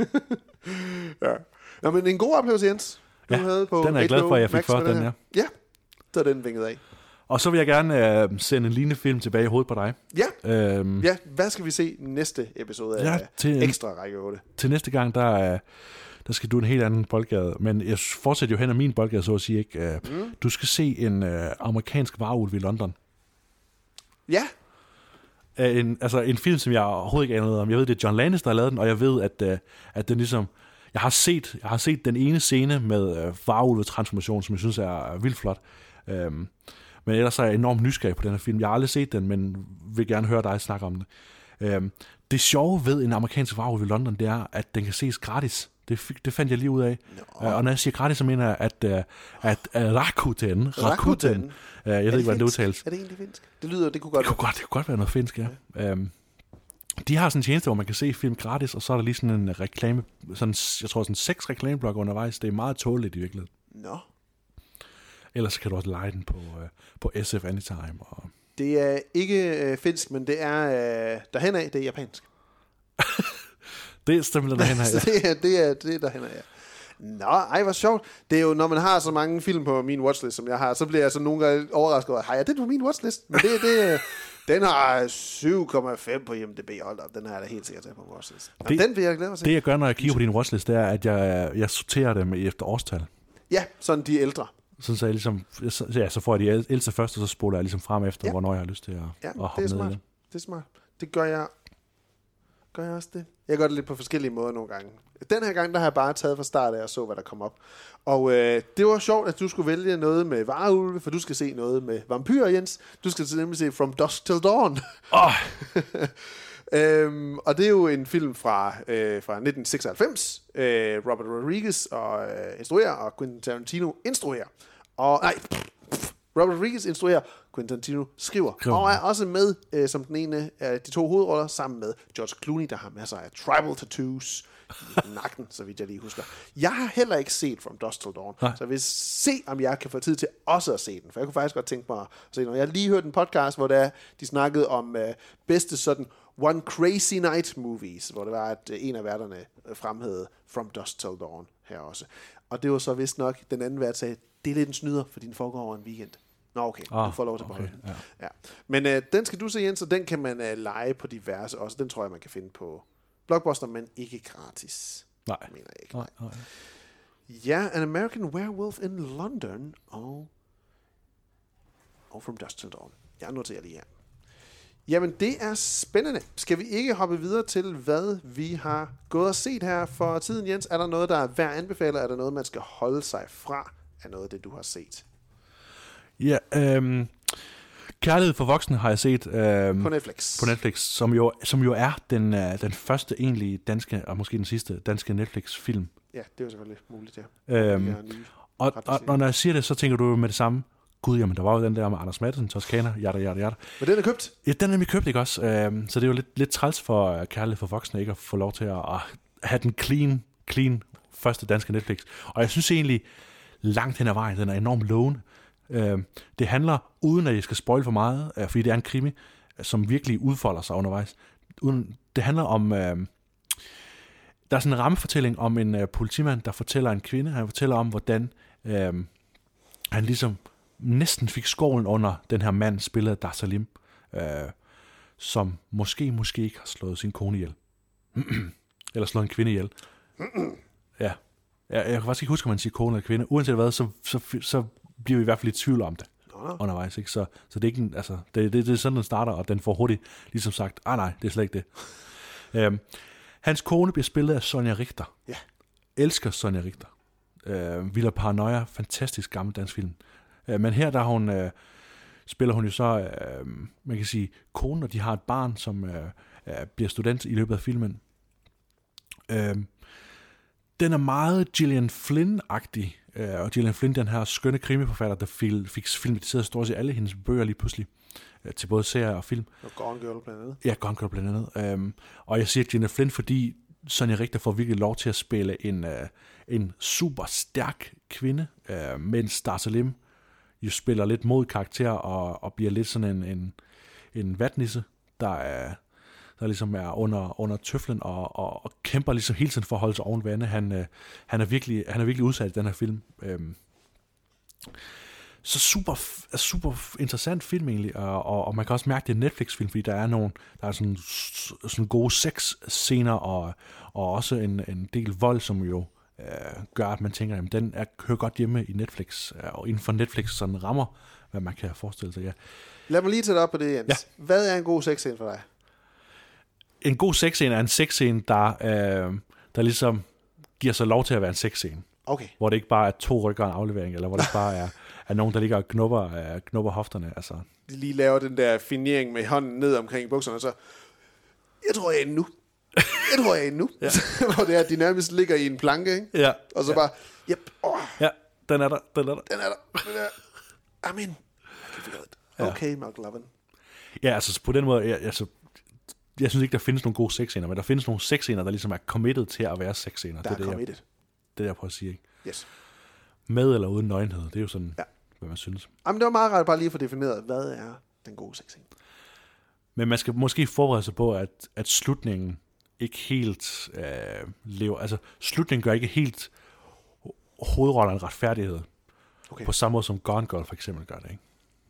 ja. Nå, men en god oplevelse, Jens. Du ja, havde på den er jeg glad for, at jeg fik for, den her. Ja, så er den vinget af. Og så vil jeg gerne øh, sende en lignende film tilbage i hovedet på dig. Ja. Øhm, ja, hvad skal vi se næste episode af ja, til, Ekstra Række otte? Til næste gang, der, der skal du en helt anden boldgade. Men jeg fortsætter jo hen ad min boldgade, så at sige. Ikke? Mm. Du skal se en øh, amerikansk varulv i London. Ja. En, altså en film, som jeg overhovedet ikke aner noget om. Jeg ved, det er John Landis, der har lavet den, og jeg ved, at, øh, at den ligesom... Jeg har set, jeg har set den ene scene med øh, varulve-transformation, som jeg synes er vildt flot. Øhm, Men ellers er jeg enormt nysgerrig på den her film. Jeg har aldrig set den, men vil gerne høre dig snakke om den. Øhm, det sjove ved en amerikansk varulv i London, det er, at den kan ses gratis. Det, det fandt jeg lige ud af. No. Og når jeg siger gratis, så mener jeg, at, at, at Rakuten, Rakuten, uh, jeg ved ikke, hvordan det udtales. Er det egentlig finsk? Det lyder, det kunne godt det kunne være. Godt, det kunne godt være noget finsk, ja. ja. Øhm, de har sådan en tjeneste, hvor man kan se film gratis, og så er der lige sådan en reklame, sådan, jeg tror sådan seks reklameblokke undervejs. Det er meget tåligt i virkeligheden. Nå. No. Ellers kan du også lege den på, uh, på S F Anytime. Og... Det er ikke uh, finsk, men det er uh, derhen af, det er japansk. det er simpelthen derhen af, ja. det, er, det, er, det er derhen af, ja. Nå, ej, hvor sjovt. Det er jo, når man har så mange film på min watchlist, som jeg har, så bliver jeg så nogle gange overrasket over, har jeg det på min watchlist? Men det, det, den har syv komma fem på I M D B. Hold op, den har jeg da helt sikkert til på min watchlist. Nå, det, den vil jeg glæde mig til. Det, jeg gør, når jeg kigger på din watchlist, det er, at jeg, jeg sorterer dem efter årstal. Ja, sådan de ældre. Sådan så jeg ligesom, ja, så får jeg de ældste først, og så spoler jeg ligesom frem efter, ja. hvornår jeg har lyst til at, ja, at hoppe det er ned smart. i det. Det er smart. Det gør jeg, gør jeg også det. Jeg gør det lidt på forskellige måder nogle gange. Den her gang, der har jeg bare taget fra start af og så, hvad der kom op. Og øh, det var sjovt, at du skulle vælge noget med varulve, for du skal se noget med vampyrer, Jens. Du skal nemlig se From Dusk Till Dawn. Oh. øhm, og det er jo en film fra, øh, fra nitten seksoghalvfems. Øh, Robert Rodriguez og øh, instruerer, og Quentin Tarantino instruerer. Og nej, Robert Rodriguez instruerer, Quentin Tarantino skriver. skriver. Og er også med øh, som den ene af de to hovedroller, sammen med George Clooney, der har masser af tribal tattoos i nakken, så vidt jeg lige husker. Jeg har heller ikke set From Dusk Till Dawn, Nej. så jeg vil se, om jeg kan få tid til også at se den. For jeg kunne faktisk godt tænke mig at se den. Jeg har lige hørt en podcast, hvor der, de snakkede om øh, bedste sådan One Crazy Night movies, hvor det var, at øh, en af værterne øh, fremhævede From Dusk Till Dawn her også. Og det var så vist nok, den anden vært sagde, det er lidt en snyder, fordi den foregår over en weekend. Nå, okay, ah, du får lov til at beholde okay, den. Ja. Ja. Men øh, den skal du se, Jens, og den kan man øh, lege på diverse også. Den tror jeg, man kan finde på Blockbuster, men ikke gratis. Nej. Mener jeg ikke. Nej, nej. Ja, An American Werewolf in London og, og From Dusk Till Dawn. Jeg noterer lige her. Jamen, det er spændende. Skal vi ikke hoppe videre til, hvad vi har gået og set her for tiden, Jens? Er der noget, der er værd at anbefale? Er der noget, man skal holde sig fra af noget af det, du har set? Ja, øhm, Kærlighed for voksne har jeg set øhm, på Netflix. På Netflix, som jo, som jo er den, øh, den første egentlige danske, og måske den sidste danske Netflix-film. Ja, det er jo selvfølgelig muligt, ja. Øhm, og, og, og når jeg siger det, så tænker du med det samme. Gud, jamen, der var jo den der med Anders Madsen, Toscana, jada, jada, jada. Men den er købt? Ja, den er nemlig købt, ikke også? Øhm, så det er jo lidt, lidt træls for Kærlighed for voksne, ikke at få lov til at, at, have den clean, clean første danske Netflix. Og jeg synes egentlig, langt hen ad vejen, den er enormt lovende. Øh, det handler, uden at jeg skal spoil for meget, øh, fordi det er en krimi, som virkelig udfolder sig undervejs. Uden, det handler om... Øh, der er sådan en rammefortælling om en øh, politimand, der fortæller en kvinde. Han fortæller om, hvordan øh, han ligesom næsten fik skålen under den her mand, spillet af Dar Salim, øh, som måske, måske ikke har slået sin kone ihjel. Eller slået en kvinde ihjel. Ja. Jeg, jeg kan faktisk ikke huske, om man siger kone eller kvinde. Uanset hvad, så, så, så bliver vi i hvert fald i tvivl om det undervejs. Ikke? Så, så det er ikke en, altså, det, det, det er sådan, den starter, og den får hurtigt ligesom sagt, ah nej, det er slet ikke det. øhm, hans kone bliver spillet af Sonja Richter. Ja. Elsker Sonja Richter. Øh, Villa Paranoia, fantastisk gammel dansk film. Øh, men her der hun, øh, spiller hun jo så, øh, man kan sige, konen, og de har et barn, som øh, øh, bliver student i løbet af filmen. Øh, den er meget Gillian Flynn-agtig, øh, og Gillian Flynn, den her skønne krimiforfatter, der fil, fik filmatiseret stort set alle hendes bøger lige pludselig, øh, til både serier og film. Og Gone Girl blandt andet. Ja, Gone Girl blandt andet. Øh, og jeg siger Gillian Flynn, fordi Sonja Richter får virkelig lov til at spille en, øh, en super stærk kvinde, øh, mens Dar Salim jo spiller lidt mod karakter og, og bliver lidt sådan en, en, en vatnisse, der er... der ligesom er under, under tøflen og, og, og kæmper ligesom hele tiden for at holde sig oven vande. Han, øh, han, er virkelig, han er virkelig udsat i den her film. Øhm. Så super, super interessant film egentlig, og, og, og man kan også mærke, det er en Netflix-film, fordi der er nogle, der er sådan, sådan gode sex-scener, og, og også en, en del vold, som jo øh, gør, at man tænker, at den er, hører godt hjemme i Netflix, og inden for Netflix sådan rammer, hvad man kan forestille sig. Ja. Lad mig lige tage det op på det, Jens. Ja. Hvad er en god sex-scene for dig? En god sexscene er en sexscene, der, øh, der ligesom giver sig lov til at være en sexscene. Okay. Hvor det ikke bare er to rykker og en aflevering, eller hvor det bare er, er nogen, der ligger og knupper, øh, knupper hofterne. Altså. De lige laver den der finering med hånden ned omkring bukserne, og så, jeg tror, jeg er nu. Jeg tror, jeg er nu. Ja. Hvor det er, at de nærmest ligger i en planke, ikke? Ja. Og så ja. bare, yep, åh. Ja, den er der, den er der. Den er der, den er der. Amen. Okay, Mark Lovin. Ja, altså på den måde, jeg, altså, jeg synes ikke, der findes nogle gode sexscener, men der findes nogle sexscener, der ligesom er committed til at være sexscener. Der det er, er committed. Det, jeg, det, jeg prøver at sige. Ikke? Yes. Med eller uden nøgenhed, det er jo sådan, ja. Hvad man synes. Jamen, det var meget rart bare lige at få defineret, hvad er den gode sexscene. Men man skal måske forberede sig på, at, at slutningen ikke helt øh, lever. Altså, slutningen gør ikke helt hovedrolleren retfærdighed. Okay. På samme måde som Gone Girl for eksempel gør det, ikke?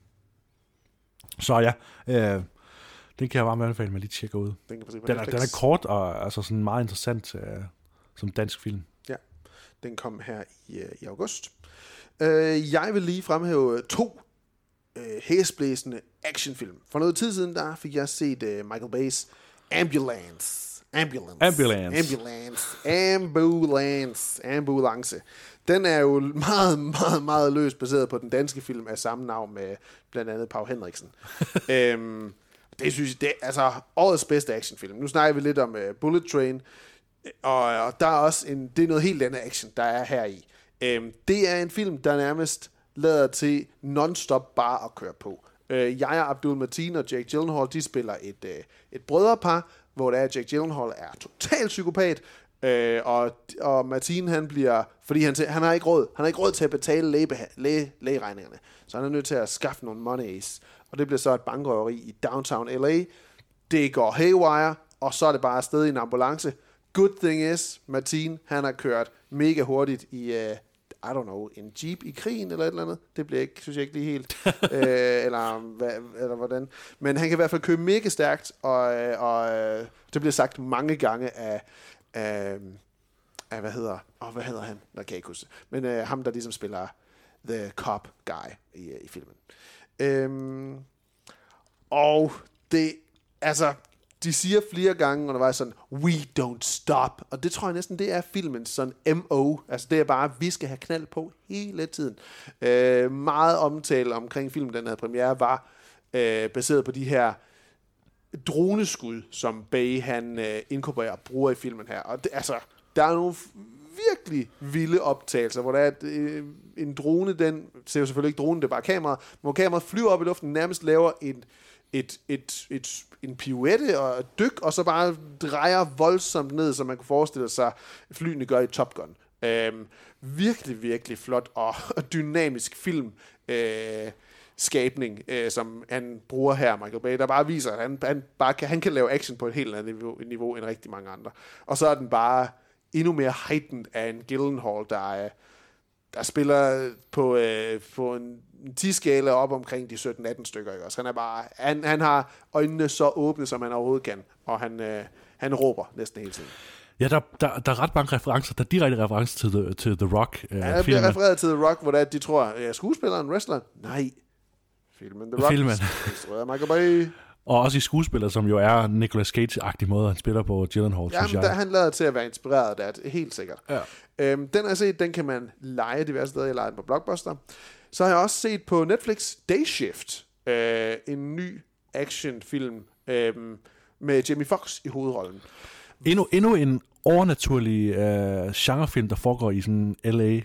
Så ja, øh, den kan jeg varmt anbefale, at man lige tjekker ud. Den, den, er, den er kort og altså sådan meget interessant øh, som dansk film. Ja, den kom her i, i august. Øh, jeg vil lige fremhæve to øh, hæsblæsende actionfilm. For noget tid siden, der fik jeg set øh, Michael Bay's Ambulance. Ambulance. Ambulance. Ambulance. Ambulance. Ambulance. Den er jo meget, meget, meget løst baseret på den danske film af samme navn med blandt andet Paul Henriksen. øhm, det synes jeg, det er altså årets bedste actionfilm. Nu snakker vi lidt om uh, Bullet Train, og, og der er også en, det er noget helt andet action, der er her i. Øhm, det er en film, der nærmest lader til non-stop bare at køre på. Øh, jeg og Abdul Mateen og Jake Gyllenhaal, de spiller et, øh, et brødrepar, hvor der er Jake Gyllenhaal er total psykopat, øh, og, og Mateen han bliver, fordi han, han har ikke råd, han har ikke råd til at betale læge, læge, lægeregningerne, så han er nødt til at skaffe nogle monies, og det bliver så et bankrøveri i downtown L A. Det går haywire, og så er det bare afsted i en ambulance. Good thing is, Mateen, han har kørt mega hurtigt i, uh, I don't know, en jeep i krigen eller et eller andet. Det bliver ikke, synes jeg ikke lige helt. øh, eller, hvad, eller hvordan. Men han kan i hvert fald køre mega stærkt, og, og det bliver sagt mange gange af, af, af hvad hedder, oh, hvad hedder han? Der kan jeg ikke huske. Men uh, ham, der ligesom spiller the cop guy i, i filmen. Øhm, og det, altså, de siger flere gange, når der var sådan, we don't stop. Og det tror jeg næsten, det er filmens sådan M O. Altså det er bare, vi skal have knald på hele tiden. Øh, meget omtale omkring filmen, den her premiere, var øh, baseret på de her droneskud, som Bay han øh, inkorporerer og bruger i filmen her. Og det, altså, der er nogle virkelig vilde optagelser, hvor der er øh, en drone, den ser jo selvfølgelig ikke dronen, det er bare kamera, hvor kameraet flyver op i luften, nærmest laver en et, et, et, en pirouette og et dyk, og så bare drejer voldsomt ned, som man kunne forestille sig, flyene gør i Top Gun. Øhm, virkelig, virkelig flot og dynamisk film øh, skabning, øh, som han bruger her, Michael Bay, der bare viser, at han, han, bare kan, han kan lave action på et helt andet niveau, niveau end rigtig mange andre. Og så er den bare endnu mere heightened af en Gyllenhaal, der, er, der spiller på, øh, på en ti-skala op omkring de sytten atten stykker. Ikke? Så han, er bare, han, han har øjnene så åbne, som han overhovedet kan, og han, øh, han råber næsten hele tiden. Ja, der, der, der er ret mange referencer. Der er direkte referencer til The, til The Rock. Øh, ja, der bliver refereret til The Rock, hvor der, de tror, er skuespilleren wrestler? Nej. Filmen The Rock. Filmen. Michael Bay. Og også i skuespiller, som jo er Nicolas Cage-agtig måde, han spiller på Gyllenhaal, ja, synes jeg. Der, han lader til at være inspireret af det, helt sikkert. Ja. Øhm, den har jeg set, den kan man lege diverse steder. Jeg leger den på Blockbuster. Så har jeg også set på Netflix Day Shift, øh, en ny actionfilm øh, med Jamie Foxx i hovedrollen. Endnu, endnu en overnaturlig øh, genrefilm, der foregår i sådan L A. Ja,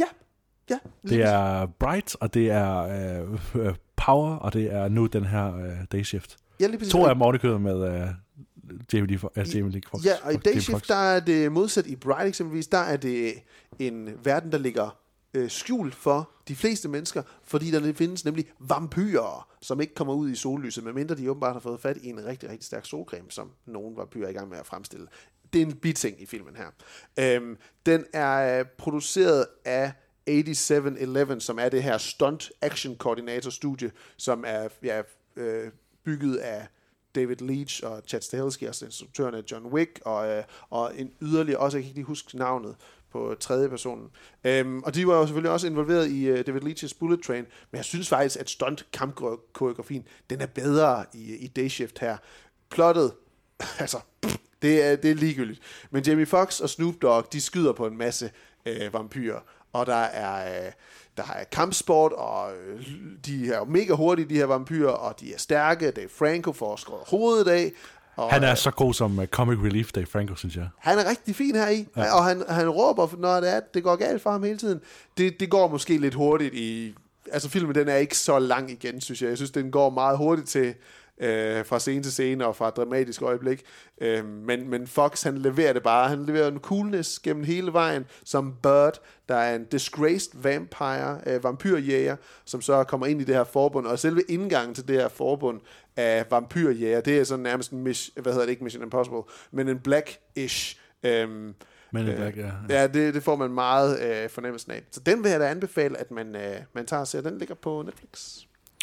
ja. Det er Bright, og det er øh, Power, og det er nu den her øh, Day Shift. Ja, lige præcis. To af morgenkøder med øh, Jamie Lee Fox. Ja, og i Day Shift, der er det modsat i Bright eksempelvis, der er det en verden, der ligger øh, skjult for de fleste mennesker, fordi der findes nemlig vampyrer, som ikke kommer ud i sollyset, medmindre de åbenbart har fået fat i en rigtig, rigtig stærk solcreme, som nogle vampyrer er i gang med at fremstille. Det er en biting i filmen her. Øhm, den er produceret af eighty-seven eleven, som er det her stunt action koordinator studie, som er ja, øh, bygget af David Leitch og Chad Stahelski, altså instruktøren af John Wick, og, øh, og en yderligere, også jeg kan ikke lige huske navnet på tredje personen. Øhm, og de var jo selvfølgelig også involveret i uh, David Leitch's Bullet Train, men jeg synes faktisk, at stunt-kampkoreografien, den er bedre i, i Day Shift her. Plottet, altså, pff, det, er, det er ligegyldigt. Men Jamie Foxx og Snoop Dogg, de skyder på en masse øh, vampyrer, og der er, øh, der er kampsport, og øh, de er mega hurtige, de her vampyrer, og de er stærke. Dave Franco får skåret hovedet af. Og, han er så god som uh, comic relief, Dave Franco, synes jeg. Han er rigtig fin her i, ja. Og han, han råber, når det, er, det går galt for ham hele tiden. Det, det går måske lidt hurtigt i... Altså filmen, den er ikke så lang igen, synes jeg. Jeg synes, den går meget hurtigt til... Øh, fra scene til scene og fra et dramatisk øjeblik. Øh, men, men Fox, han leverer det bare. Han leverer en coolness gennem hele vejen, som Bird, der er en disgraced vampire, øh, vampyrjæger, som så kommer ind i det her forbund. Og selve indgangen til det her forbund af vampyrjæger, det er sådan nærmest en mission, hvad hedder det, ikke Mission Impossible, men en Black-ish. Øh, men en Black, ja. Ja, det, det får man meget øh, fornemmelsen af. Så den vil jeg da anbefale, at man, øh, man tager og ser. Den ligger på Netflix.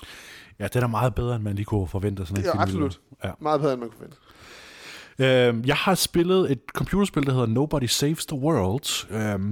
Ja, den er meget bedre, end man lige kunne forvente. Sådan en ja, film. Absolut. Ja. Meget bedre, end man kunne forvente. Øh, jeg har spillet et computerspil, der hedder Nobody Saves the World, øh,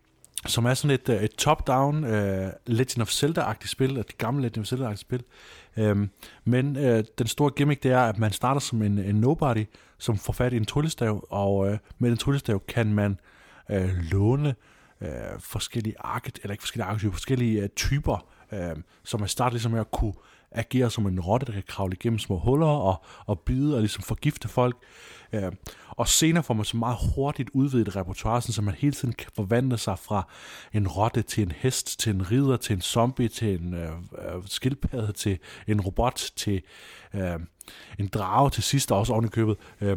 som er sådan et, et top-down uh, Legend of Zelda-agtigt spil, et gammelt Legend of Zelda-agtigt spil. Øh, men øh, den store gimmick, det er, at man starter som en, en nobody, som får fat i en tryllestav, og øh, med en tryllestav kan man øh, låne øh, forskellige arket, eller ikke forskellige arketyper, forskellige øh, typer, øh, som man starter ligesom med at kunne agere som en rotte, der kan kravle igennem små huller og, og bide og ligesom forgifte folk. Øh, og senere får man så meget hurtigt udvidet repertoire, så man hele tiden kan forvandle sig fra en rotte til en hest, til en ridder, til en zombie, til en øh, øh, skildpadde, til en robot, til øh, en drage til sidst, og også oven i købet. Øh,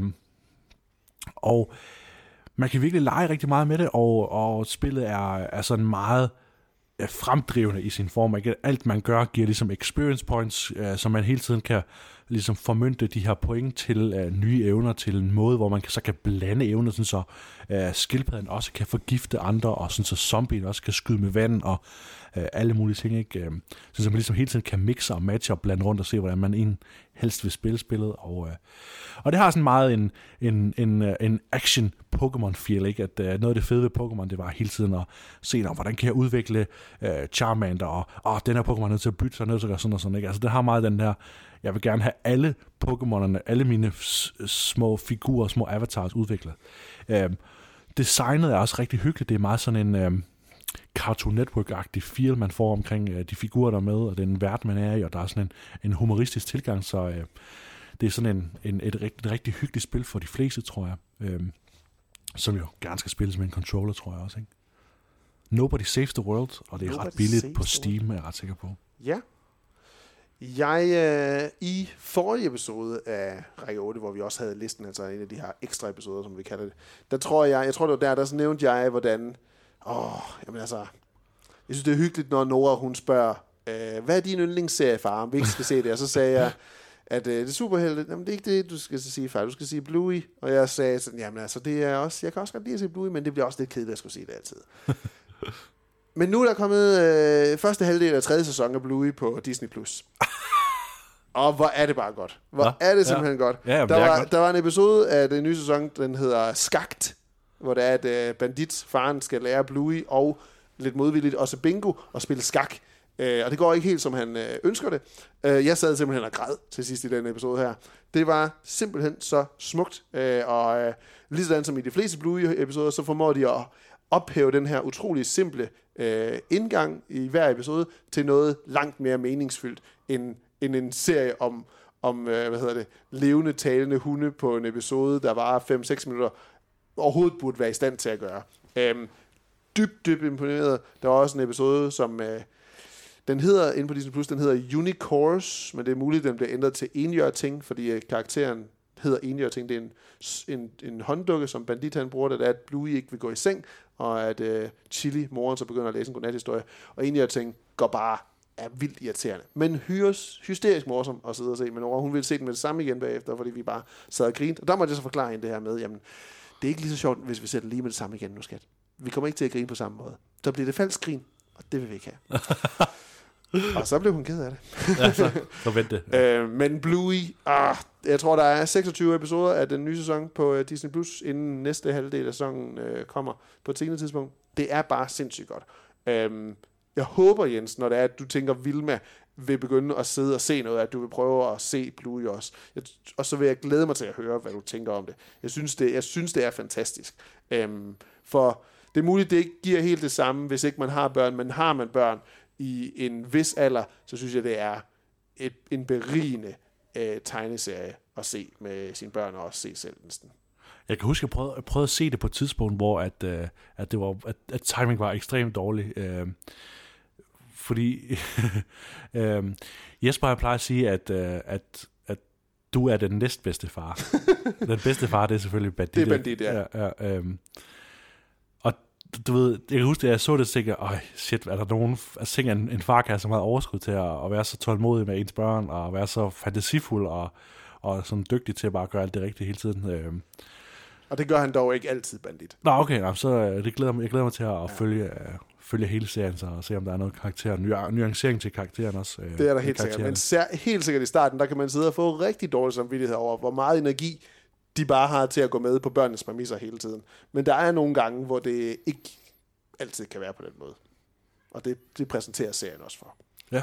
og man kan virkelig lege rigtig meget med det, og, og spillet er, er sådan meget fremdrivende i sin form. Ikke? Alt man gør giver ligesom experience points, øh, så man hele tiden kan ligesom formønte de her point til øh, nye evner, til en måde, hvor man kan, så kan blande evner, sådan så øh, skildpadden også kan forgifte andre, og sådan så zombien også kan skyde med vand, og øh, alle mulige ting. Ikke? Øh, så man ligesom hele tiden kan mixe og matche og blande rundt og se, hvordan man en helst vil spille spillet. Og, øh, og det har sådan meget en, en, en, en action Pokémon-feel, ikke? At uh, noget af det fede ved Pokémon, det var hele tiden at se, når, hvordan kan jeg udvikle uh, Charmander, og oh, den her Pokémon er nødt til at bytte sig, nødt til at gøre sådan og sådan, ikke? Altså det har meget den der, jeg vil gerne have alle Pokémonerne, alle mine s- små figurer, små avatars udviklet. Uh, designet er også rigtig hyggeligt, det er meget sådan en... Uh, Cartoon Network-agtig feel, man får omkring uh, de figurer, der er med, og den verden, man er i, og der er sådan en, en humoristisk tilgang, så uh, det er sådan en, en, et, et, et rigtig hyggeligt spil for de fleste, tror jeg. Uh, som jo gerne skal spilles med en controller, tror jeg også, ikke? Nobody Saves the World, og det er Nobody ret billigt på Steam, er jeg ret sikker på. Ja. Jeg, øh, i forrige episode af Række otte, hvor vi også havde listen, altså en af de her ekstra episoder, som vi kalder det, der tror jeg, jeg tror det var der, der så nævnte jeg, hvordan, åh, jamen altså, jeg synes det er hyggeligt, når Nora, hun spørger, øh, hvad er din yndlingsserie, far, om vi ikke skal se det, og så sagde jeg, at øh, det er superhelte, jamen det er ikke det, du skal sige, far, du skal sige Bluey, og jeg sagde sådan, jamen altså, det er også, jeg kan også godt lide at se Bluey, men det bliver også lidt kedeligt at skulle sige det altid. Men nu er der kommet øh, første halvdel af tredje sæson af Bluey på Disney plus. Og hvor er det bare godt. Hvor ja, er det simpelthen ja. godt. Ja, der, var, godt. der var en episode af den nye sæson, den hedder Skakt, hvor det er, at øh, bandit, faren skal lære Bluey og lidt modvilligt også bingo og spille skak. Øh, og det går ikke helt, som han øh, ønsker det. Øh, jeg sad simpelthen og græd til sidst i den episode her. Det var simpelthen så smukt. Øh, og øh, lige sådan som i de fleste Bluey-episoder, så formår de at ophæve den her utrolig simple øh, indgang i hver episode til noget langt mere meningsfyldt end, end en serie om, om øh, hvad hedder det, levende, talende hunde på en episode, der var fem seks minutter, overhovedet burde være i stand til at gøre. Øh, dybt, dybt imponeret. Der var også en episode, som øh, den hedder, inde på Disney plus, den hedder Unicorns, men det er muligt, at den bliver ændret til enhjørting, fordi øh, karakteren hedder enhjørting. Det er en, en, en hånddukke, som bandit han bruger, det er, at Bluey ikke vil gå i seng, og at øh, Chili, moren, så begynder at læse en godnathistorie, og enhjørting går bare er vildt irriterende. Men hyres, hysterisk morsom at sidde og se, men Nora, hun ville se den med det samme igen bagefter, fordi vi bare sad og grinte. Og der måtte jeg så forklare hende det her med, jamen, det er ikke lige så sjovt, hvis vi ser det lige med det samme igen nu, skat. Vi kommer ikke til at grine på samme måde. Der bliver det falsk grin, og det vil vi ikke have. Og så blev hun ked af det. Ja, så, så vent det. Ja. øh, men Bluey, ah, jeg tror, der er seksogtyve episoder af den nye sæson på uh, Disney plus, inden næste halvdel af sæsonen uh, kommer på et senere tidspunkt. Det er bare sindssygt godt. Um, jeg håber, Jens, når det er, at du tænker, Vilma vil begynde at sidde og se noget, at du vil prøve at se Bluey også. Jeg, og så vil jeg glæde mig til at høre, hvad du tænker om det. Jeg synes, det, jeg synes, det er fantastisk. Um, for det er muligt, det ikke giver helt det samme, hvis ikke man har børn, men har man børn i en vis alder, så synes jeg, det er et, en berigende øh, tegneserie at se med sine børn, og også se selv næsten. Jeg kan huske, at jeg prøvede, jeg prøvede at se det på et tidspunkt, hvor at, øh, at, det var, at, at timing var ekstremt dårlig. Øh, fordi øh, Jesper, jeg plejer at sige, at, øh, at, at du er den næstbedste far. Den bedste far, det er selvfølgelig Bandit. Det er Bandit, ja. ja, ja øh, og du ved, jeg kan huske, at jeg så det, og tænkte, øj, shit, er der nogen, altså tænker, en, en far kan have så meget overskud til at, at være så tålmodig med ens børn, og være så fantasifuld, og, og sådan dygtig til at bare gøre alt det rigtige hele tiden. Øh. Og det gør han dog ikke altid, Bandit. Nå, okay, nå, så det glæder mig, jeg glæder mig til at ja. følge, uh, følge hele serien, så, og se, om der er noget karakter, ny, nuancering til karakteren også. Uh, det er der helt sikkert, men sær, helt sikkert i starten, der kan man sidde og få rigtig dårlig samvittighed over, hvor meget energi de bare har til at gå med på børnenes præmisser hele tiden. Men der er nogle gange, hvor det ikke altid kan være på den måde. Og det, det præsenterer serien også for. Ja.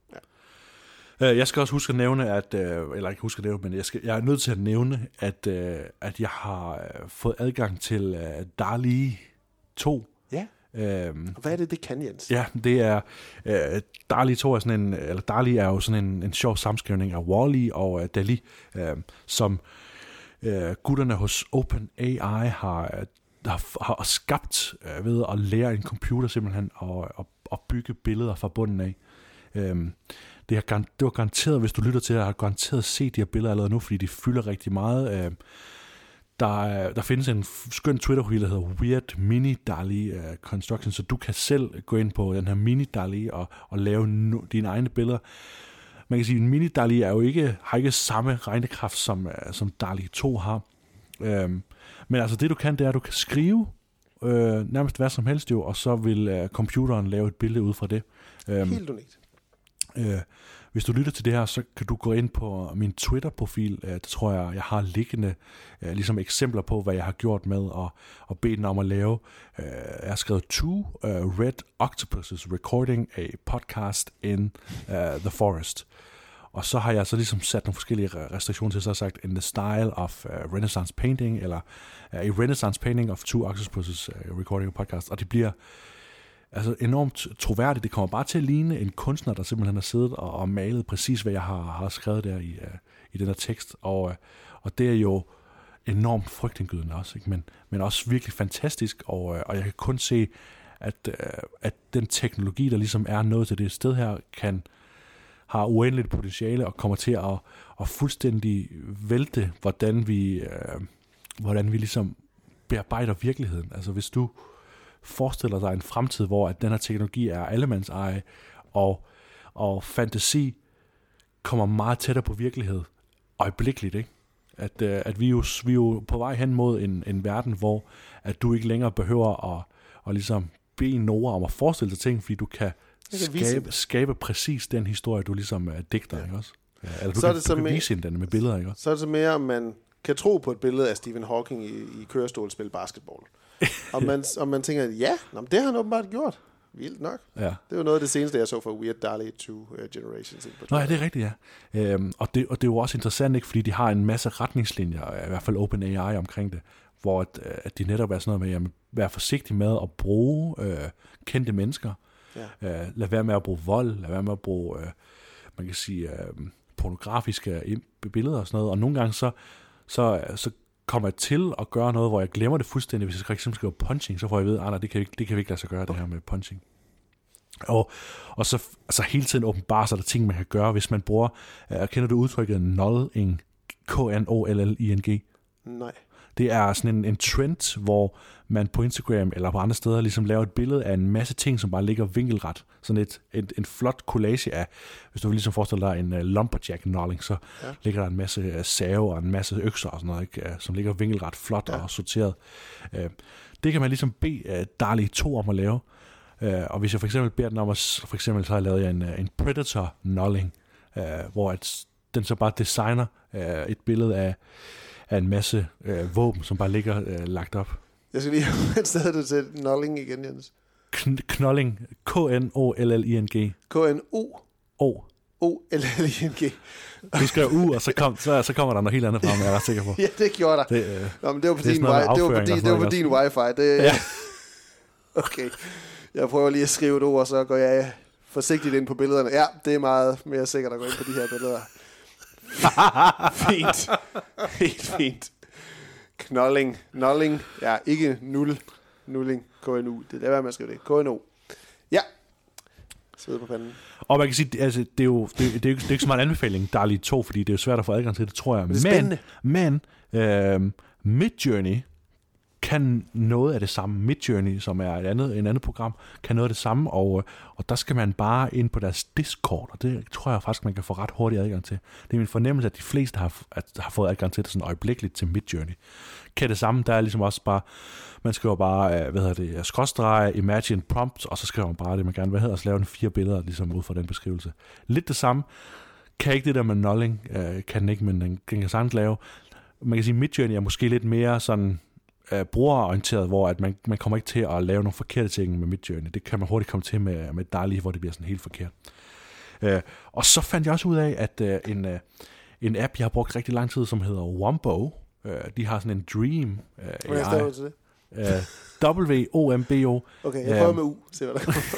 ja. Jeg skal også huske at nævne, at, eller ikke huske at nævne, men jeg, skal, jeg er nødt til at nævne, at, at jeg har fået adgang til DALL-E to. Ja. Øhm, og hvad er det, det kan, Jens? Ja, det er, uh, DALL-E to er sådan en, eller DALL-E er jo sådan en, en sjov samskrivning af Wall-E og uh, DALL-E, uh, som uh, gutterne hos OpenAI har har, har skabt øh, ved at lære en computer simpelthen at, at, at bygge billeder fra bunden af. Øhm, det, har, det var garanteret, hvis du lytter til det, har garanteret set de her billeder allerede nu, fordi de fylder rigtig meget. Øhm, der, der findes en skøn Twitter-profil, der hedder Weird Mini DALL-E uh, Construction, så du kan selv gå ind på den her Mini DALL-E og, og lave no, dine egne billeder. Man kan sige, at en Mini DALL-E er jo ikke, har ikke samme regnekraft, som, uh, som DALL-E to har. Øhm, Men altså det du kan, det er, at du kan skrive øh, nærmest hvad som helst jo, og så vil øh, computeren lave et billede ud fra det. Øhm, Helt unikt. Øh, hvis du lytter til det her, så kan du gå ind på min Twitter-profil. Øh, det tror jeg, jeg har liggende øh, ligesom eksempler på, hvad jeg har gjort med at, at bede den om at lave. Øh, jeg har skrevet two uh, red octopuses recording a podcast in uh, the forest. Og så har jeg så ligesom sat nogle forskellige restriktioner til, så har sagt, in the style of uh, Renaissance painting, eller uh, a Renaissance painting of two octopuses uh, recording a podcast. Og det bliver altså enormt troværdigt. Det kommer bare til at ligne en kunstner, der simpelthen har siddet og, og malet præcis, hvad jeg har, har skrevet der i, uh, i den her tekst. Og, uh, og det er jo enormt frygtindgydende også, ikke? Men, men også virkelig fantastisk, og, uh, og jeg kan kun se, at, uh, at den teknologi, der ligesom er nået til det sted her, kan har uendeligt potentiale og kommer til at, at fuldstændig vælte, hvordan vi, øh, hvordan vi ligesom bearbejder virkeligheden. Altså hvis du forestiller dig en fremtid, hvor at den her teknologi er allemands eje, og, og fantasi kommer meget tættere på virkelighed, øjeblikkeligt, ikke? At, øh, at vi, jo, vi er jo på vej hen mod en, en verden, hvor at du ikke længere behøver at, at ligesom bede Nora om at forestille dig ting, fordi du kan skabe, skabe præcis den historie, du ligesom er digter, ja. Ikke også? Ja, eller du så kan, du kan vise hende den med billeder, ikke også? Så er det så mere, om man kan tro på et billede af Stephen Hawking i, i kørestol spille basketball. og, man, og man tænker, ja, nå, det har han åbenbart gjort. Vildt nok. Ja. Det er jo noget af det seneste, jeg så for Weird DALL-E to uh, Generations. Nå ja, det er rigtigt, ja. Øhm, og, det, og det er jo også interessant, ikke, fordi de har en masse retningslinjer, i hvert fald OpenAI omkring det, hvor at, at de netop er sådan noget med, jamen, være forsigtig med at bruge øh, kendte mennesker. Ja. Øh, lad være med at bruge vold, lad være med at bruge, øh, man kan sige, øh, pornografiske billeder og sådan noget. Og nogle gange så, så, så kommer jeg til at gøre noget, hvor jeg glemmer det fuldstændig. Hvis jeg for eksempel skriver punching, så får jeg ved, at det, kan, det kan vi ikke lade sig gøre, okay. Det her med punching. Og, og så altså hele tiden åbenbart, så er der ting, man kan gøre, hvis man bruger, uh, kender du udtrykket nulling, K N O L L I N G? Nej. Det er sådan en, en trend, hvor man på Instagram eller på andre steder ligesom laver et billede af en masse ting, som bare ligger vinkelret. Sådan et, et, en flot collage af, hvis du vil ligesom forestille dig en uh, lumberjack nulling, så ja. Ligger der en masse uh, save og en masse økser og sådan noget, ikke? Uh, som ligger vinkelret flot ja. Og sorteret. Uh, det kan man ligesom bede uh, DALL-E to om at lave. Uh, og hvis jeg for eksempel beder den om at, for eksempel så har jeg lavet jeg en, uh, en predator nulling, uh, hvor at den så bare designer uh, et billede af af en masse øh, våben, som bare ligger øh, lagt op. Jeg skal lige have et sted, du til nulling igen, Jens. Kn- knolling. K N O L L I N G. K N O O. O L L I N G. Du skrev U, og så, kom, så, så kommer der noget helt andet frem, jeg er ret sikker på. Ja, det gjorde der. Det, øh, Nå, men det var på din, det var på din, det var på din wifi. Det, ja. Okay. Jeg prøver lige at skrive et ord, og så går jeg forsigtigt ind på billederne. Ja, det er meget mere sikkert at gå ind på de her billeder. Fint. Helt fint. Knolling. Nulling. Ja, ikke nul. Nulling. K N U. Det er hvad man skriver det. K N O. Ja. Sidde på panden. Og man kan sige, altså, det er jo det, det er ikke, det er ikke så meget en anbefaling, DALL-E to, fordi det er jo svært at få adgang til det, tror jeg. Det er spændende. Men, men øh, Midjourney kan noget af det samme. Midjourney, som er et andet, en andet program, kan noget af det samme, og, og der skal man bare ind på deres Discord, og det tror jeg faktisk, man kan få ret hurtig adgang til. Det er min fornemmelse, at de fleste har, at, har fået adgang til det sådan øjeblikkeligt til Midjourney. Kan det samme, der er ligesom også bare, man skriver bare, hvad hedder det, skråstreg, imagine prompt, og så skriver man bare det, man gerne vil have, og så laver den fire billeder, ligesom ud fra den beskrivelse. Lidt det samme. Kan ikke det der med nulling, øh, kan den ikke, men den kan sagtens lave. Man kan sige, Midjourney er måske lidt mere sådan, Uh, brugerorienteret, hvor at man, man kommer ikke til at lave nogle forkerte ting med Midjourney. Det kan man hurtigt komme til med, med DALL-E, hvor det bliver sådan helt forkert. Uh, og så fandt jeg også ud af, at uh, en, uh, en app, jeg har brugt rigtig lang tid, som hedder Wombo, uh, de har sådan en Dream uh, Hvad står til det? Uh, W O M B O. Okay, jeg prøver uh, med U. Se, hvad der kommer.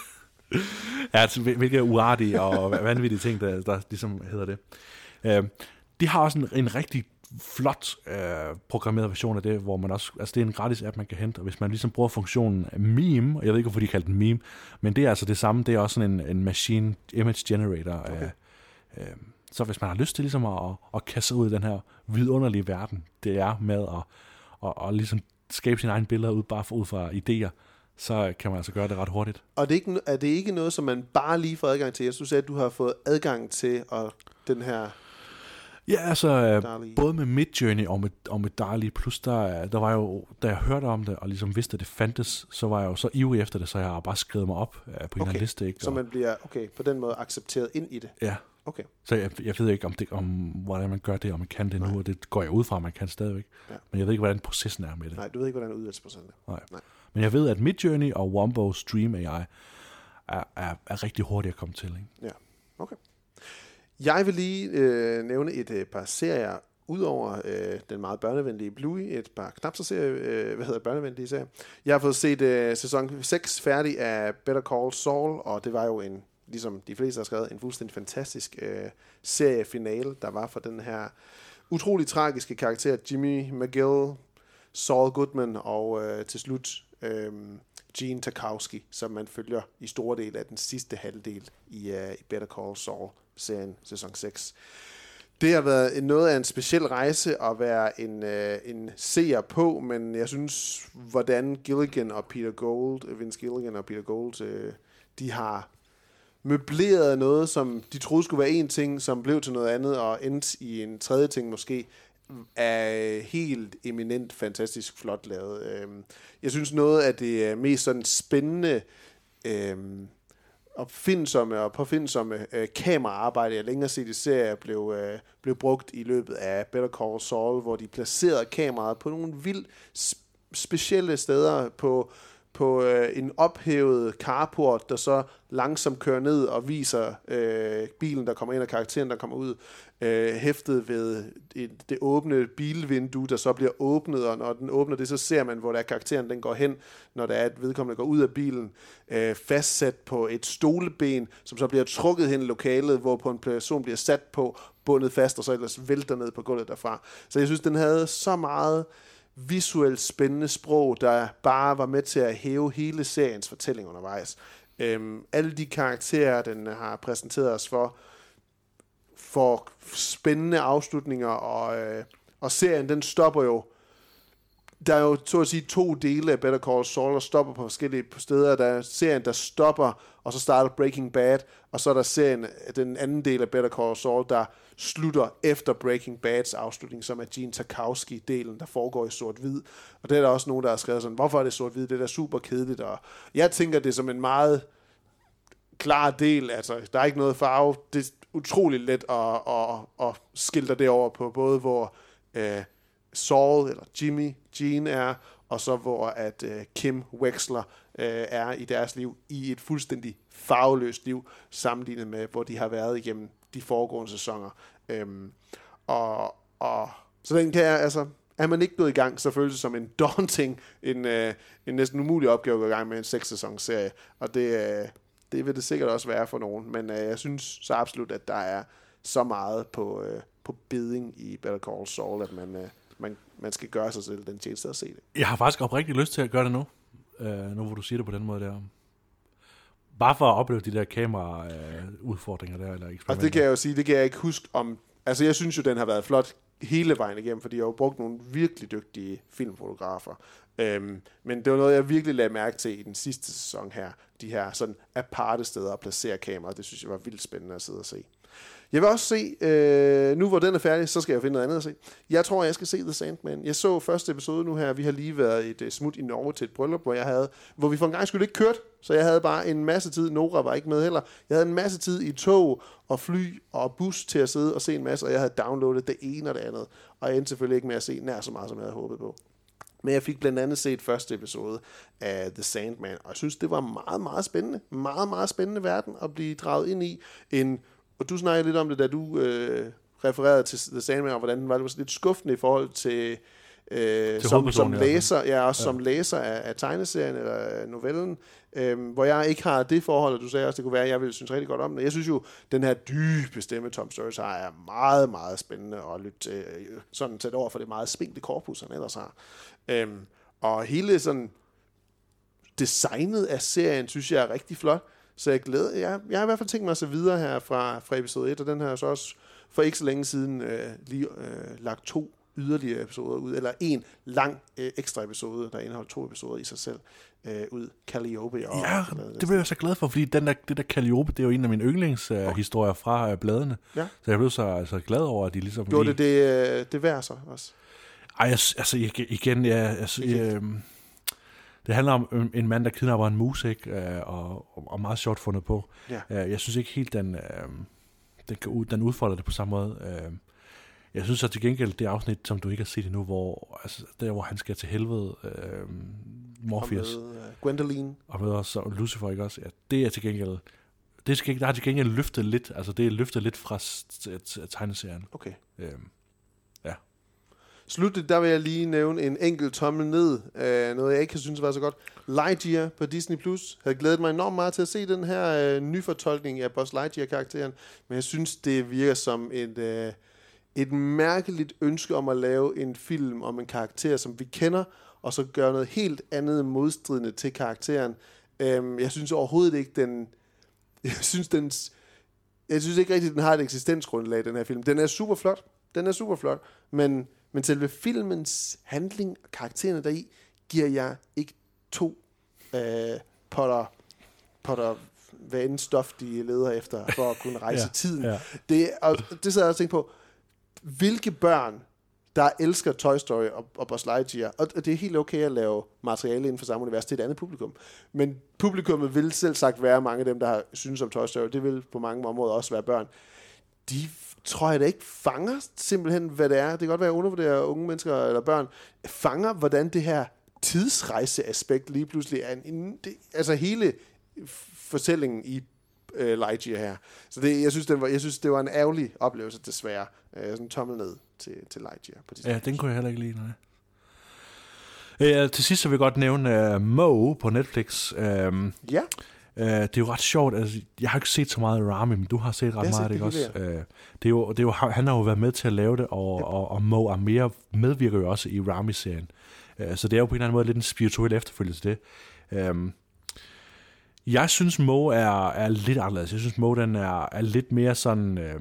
Ja, altså, hvilke uartige og vanvittige ting, der, der ligesom hedder det. Uh, de har også en, en rigtig flot øh, programmeret version af det, hvor man også, altså det er en gratis app, man kan hente, og hvis man ligesom bruger funktionen meme, og jeg ved ikke, hvorfor de kalder den meme, men det er altså det samme, det er også sådan en, en machine image generator. Okay. Øh, øh, så hvis man har lyst til ligesom at, at kaste ud i den her vidunderlige verden, det er med at, at, at, at ligesom skabe sine egne billeder ud, bare for, ud fra idéer, så kan man altså gøre det ret hurtigt. Og det er, ikke, er det ikke noget, som man bare lige får adgang til? Jeg synes, at du har fået adgang til og den her... Ja, altså DALL-E. Både med Midjourney og med, og med DALL-E, plus der, der var jo, da jeg hørte om det, og ligesom vidste, at det fandtes, så var jeg jo så ivrig efter det, så jeg har bare skrevet mig op uh, på okay. en anden liste. Ikke? Så man bliver, okay, på den måde accepteret ind i det? Ja. Okay. Så jeg, jeg ved ikke, om, det, om hvordan man gør det, om man kan det Nej. nu, og det går jeg ud fra, at man kan stadigvæk. Ja. Men jeg ved ikke, hvordan processen er med det. Nej, du ved ikke, hvordan udvalgsprocessen er. Nej. Nej. Men jeg ved, at Midjourney og Wombo Stream A I er, er, er rigtig hurtigt at komme til. Ikke? Ja, okay. Jeg vil lige øh, nævne et øh, par serier, udover øh, den meget børnevenlige Bluey, et par knap så serie, øh, hvad hedder børnevenlige serier. Jeg har fået set øh, sæson seks færdig af Better Call Saul, og det var jo en, ligesom de fleste har skrevet, en fuldstændig fantastisk øh, seriefinale, der var for den her utrolig tragiske karakter, Jimmy McGill, Saul Goodman, og øh, til slut øh, Gene Tarkovsky, som man følger i store del af den sidste halvdel i, uh, i Better Call Saul-serien, sæson seks. Det har været noget af en speciel rejse at være en, øh, en seer på, men jeg synes, hvordan Gilligan og Peter Gould, Vince Gilligan og Peter Gould, øh, de har møbleret noget, som de troede skulle være en ting, som blev til noget andet, og endte i en tredje ting måske, er helt eminent, fantastisk flot lavet. Øh, jeg synes noget af det mest sådan spændende øh, opfindsomme og påfindsomme øh, kameraarbejde, jeg længere set i serier, blev, øh, blev brugt i løbet af Better Call Saul, hvor de placerede kameraet på nogle vildt sp- specielle steder på, på øh, en ophævet carport, der så langsomt kører ned og viser øh, bilen, der kommer ind, og karakteren, der kommer ud, øh, hæftet ved et, det åbne bilvindue, der så bliver åbnet, og når den åbner det, så ser man, hvor der er karakteren, den går hen, når der er et vedkommende, der går ud af bilen, øh, fastsat på et stoleben, som så bliver trukket hen i lokalet, hvor på en person bliver sat på, bundet fast, og så ellers vælter ned på gulvet derfra. Så jeg synes, den havde så meget visuelt spændende sprog, der bare var med til at hæve hele seriens fortælling undervejs. Øhm, alle de karakterer, den har præsenteret os for, for spændende afslutninger, og, øh, og serien, den stopper jo. Der er jo, så at sige, to dele af Better Call Saul, der stopper på forskellige steder. Der er serien, der stopper, og så starter Breaking Bad, og så er der serien, den anden del af Better Call Saul, der slutter efter Breaking Bads afslutning, som er Gene Tarkovsky-delen, der foregår i sort-hvid. Og det er der også nogen, der har skrevet sådan, hvorfor er det sort-hvid? Det er da super kedeligt. Og jeg tænker, det er som en meget klar del. Altså, der er ikke noget farve. Det er utroligt let at, at, at skiltre det over på, både hvor øh, Saul, eller Jimmy, Gene er, og så hvor at øh, Kim Wexler øh, er i deres liv, i et fuldstændig farveløst liv, sammenlignet med, hvor de har været igennem de foregående sæsoner. Øhm, og, og så den kan jeg, altså, er man ikke gået i gang, så føles det som en daunting, en, øh, en næsten umulig opgave at gå i gang med en seks-sæsons-serie, og det, øh, det vil det sikkert også være for nogen, men øh, jeg synes så absolut, at der er så meget på, øh, på bidding i Better Call Saul, at man, øh, man, man skal gøre sig selv den tjeneste at se det. Jeg har faktisk oprigtig lyst til at gøre det nu, øh, nu hvor du siger det på den måde der. Bare for at opleve de der kamera-udfordringer der, eller eksperimenter. Og det kan jeg jo sige, det kan jeg ikke huske om. Altså, jeg synes jo, den har været flot hele vejen igennem, fordi jeg har jo brugt nogle virkelig dygtige filmfotografer. Øhm, men det var noget, jeg virkelig lagde mærke til i den sidste sæson her. De her sådan aparte steder at placere kameraet. Det synes jeg var vildt spændende at sidde og se. Jeg vil også se, øh, nu hvor den er færdig, så skal jeg finde noget andet at se. Jeg tror, jeg skal se The Sandman. Jeg så første episode nu her. Vi har lige været et uh, smut i Norge til et bryllup, hvor jeg havde, hvor vi for en gang skulle ikke kørt, så jeg havde bare en masse tid. Nora var ikke med heller. Jeg havde en masse tid i tog og fly og bus til at sidde og se en masse, og jeg havde downloadet det ene og det andet. Og jeg endte selvfølgelig ikke med at se nær så meget, som jeg havde håbet på. Men jeg fik blandt andet set første episode af The Sandman, og jeg synes, det var meget, meget spændende. Meget, meget spændende verden at blive draget ind i. En Og du snakkede lidt om det, da du øh, refererede til The Sandman, og hvordan den var, det var lidt skuffende i forhold til, øh, til som, som læser, ja, også ja. som læser af, af tegneserien eller novellen, øh, hvor jeg ikke har det forhold, og du sagde også, det kunne være, at jeg ville synes rigtig godt om det. Jeg synes jo, den her dybe stemme, Tom Sturridge har, er meget, meget spændende at lytte til, sådan tæt over for det meget spinkle korpus, han ellers har. Øh, og hele sådan designet af serien, synes jeg er rigtig flot. Så jeg glæder, jeg, jeg har i hvert fald tænkt mig at se videre her fra, fra episode et, og den her så også for ikke så længe siden øh, lige øh, lagt to yderligere episoder ud, eller en lang øh, ekstra episode, der indeholder to episoder i sig selv, øh, ud. Calliope. Og ja, og det blev jeg så glad for, fordi den der, det der Calliope, det er jo en af mine yndlingshistorier øh, fra øh, bladene. Ja. Så jeg blev så altså, glad over, at de ligesom... Gjorde lige... det det, øh, det værd så også? Ej, altså igen, ja, altså... Øh, det handler om en mand, der kidnapper en mus, ikke? Og, og meget sjovt fundet på. Ja. Jeg synes ikke helt, den, den, den udfordrer det på samme måde. Jeg synes så til gengæld, det afsnit, som du ikke har set endnu, hvor, altså, der hvor han skal til helvede, øh, Morpheus. Og med uh, Gwendoline. Og med også og Lucifer, ikke også? Ja, det er til gengæld, det skal, der har til gengæld løftet lidt, altså det er løftet lidt fra tegneserien. Okay. Øhm, ja. Slutligt, der vil jeg lige nævne en enkelt tommel ned, øh, noget jeg ikke kan synes var så godt. Lightyear på Disney Plus. Jeg havde glædet mig enormt meget til at se den her øh, nyfortolkning af Buzz Lightyear-karakteren, men jeg synes, det virker som et, øh, et mærkeligt ønske om at lave en film om en karakter, som vi kender, og så gøre noget helt andet modstridende til karakteren. Øhm, jeg synes overhovedet ikke, den... Jeg synes, den... Jeg synes ikke rigtigt, den har et eksistensgrundlag, den her film. Den er super flot. Den er super flot. Men, men selve filmens handling og karaktererne deri, giver jeg ikke to øh, potter, potter hvad end stof, de leder efter, for at kunne rejse ja, tiden. Ja. Det, og det sidder jeg også og tænker på, hvilke børn, der elsker Toy Story og, og Buzz Lightyear, og det er helt okay at lave materiale inden for samme univers til et andet publikum. Men publikummet vil selv sagt være mange af dem, der har synes om Toy Story, det vil på mange områder også være børn. De tror jeg da ikke fanger simpelthen, hvad det er. Det kan godt være, at undervurdere unge mennesker eller børn, fanger, hvordan det her tidsrejseaspekt lige pludselig er en, en det, altså hele fortællingen i øh, Lightyear her. Så det, jeg, synes, det var, jeg synes, det var en ærgerlig oplevelse, desværre. Øh, sådan en tommel ned til, til Lightyear. På ja, den kunne jeg heller ikke lide, nej. Øh, til sidst så vil jeg godt nævne uh, Mo på Netflix. Uh, ja. Uh, det er jo ret sjovt. Altså, jeg har ikke set så meget af Rami, men du har set ret meget af det, ikke også? Uh, det er jo, det er jo, han har jo været med til at lave det, og, ja. og, og Mo Amer medvirker jo også i Rami-serien. Uh, så det er jo på en eller anden måde lidt en spirituel efterfølge til det. Um, Jeg synes, Mo er, er lidt anderledes. Jeg synes, Mo den er, er lidt mere sådan, øh,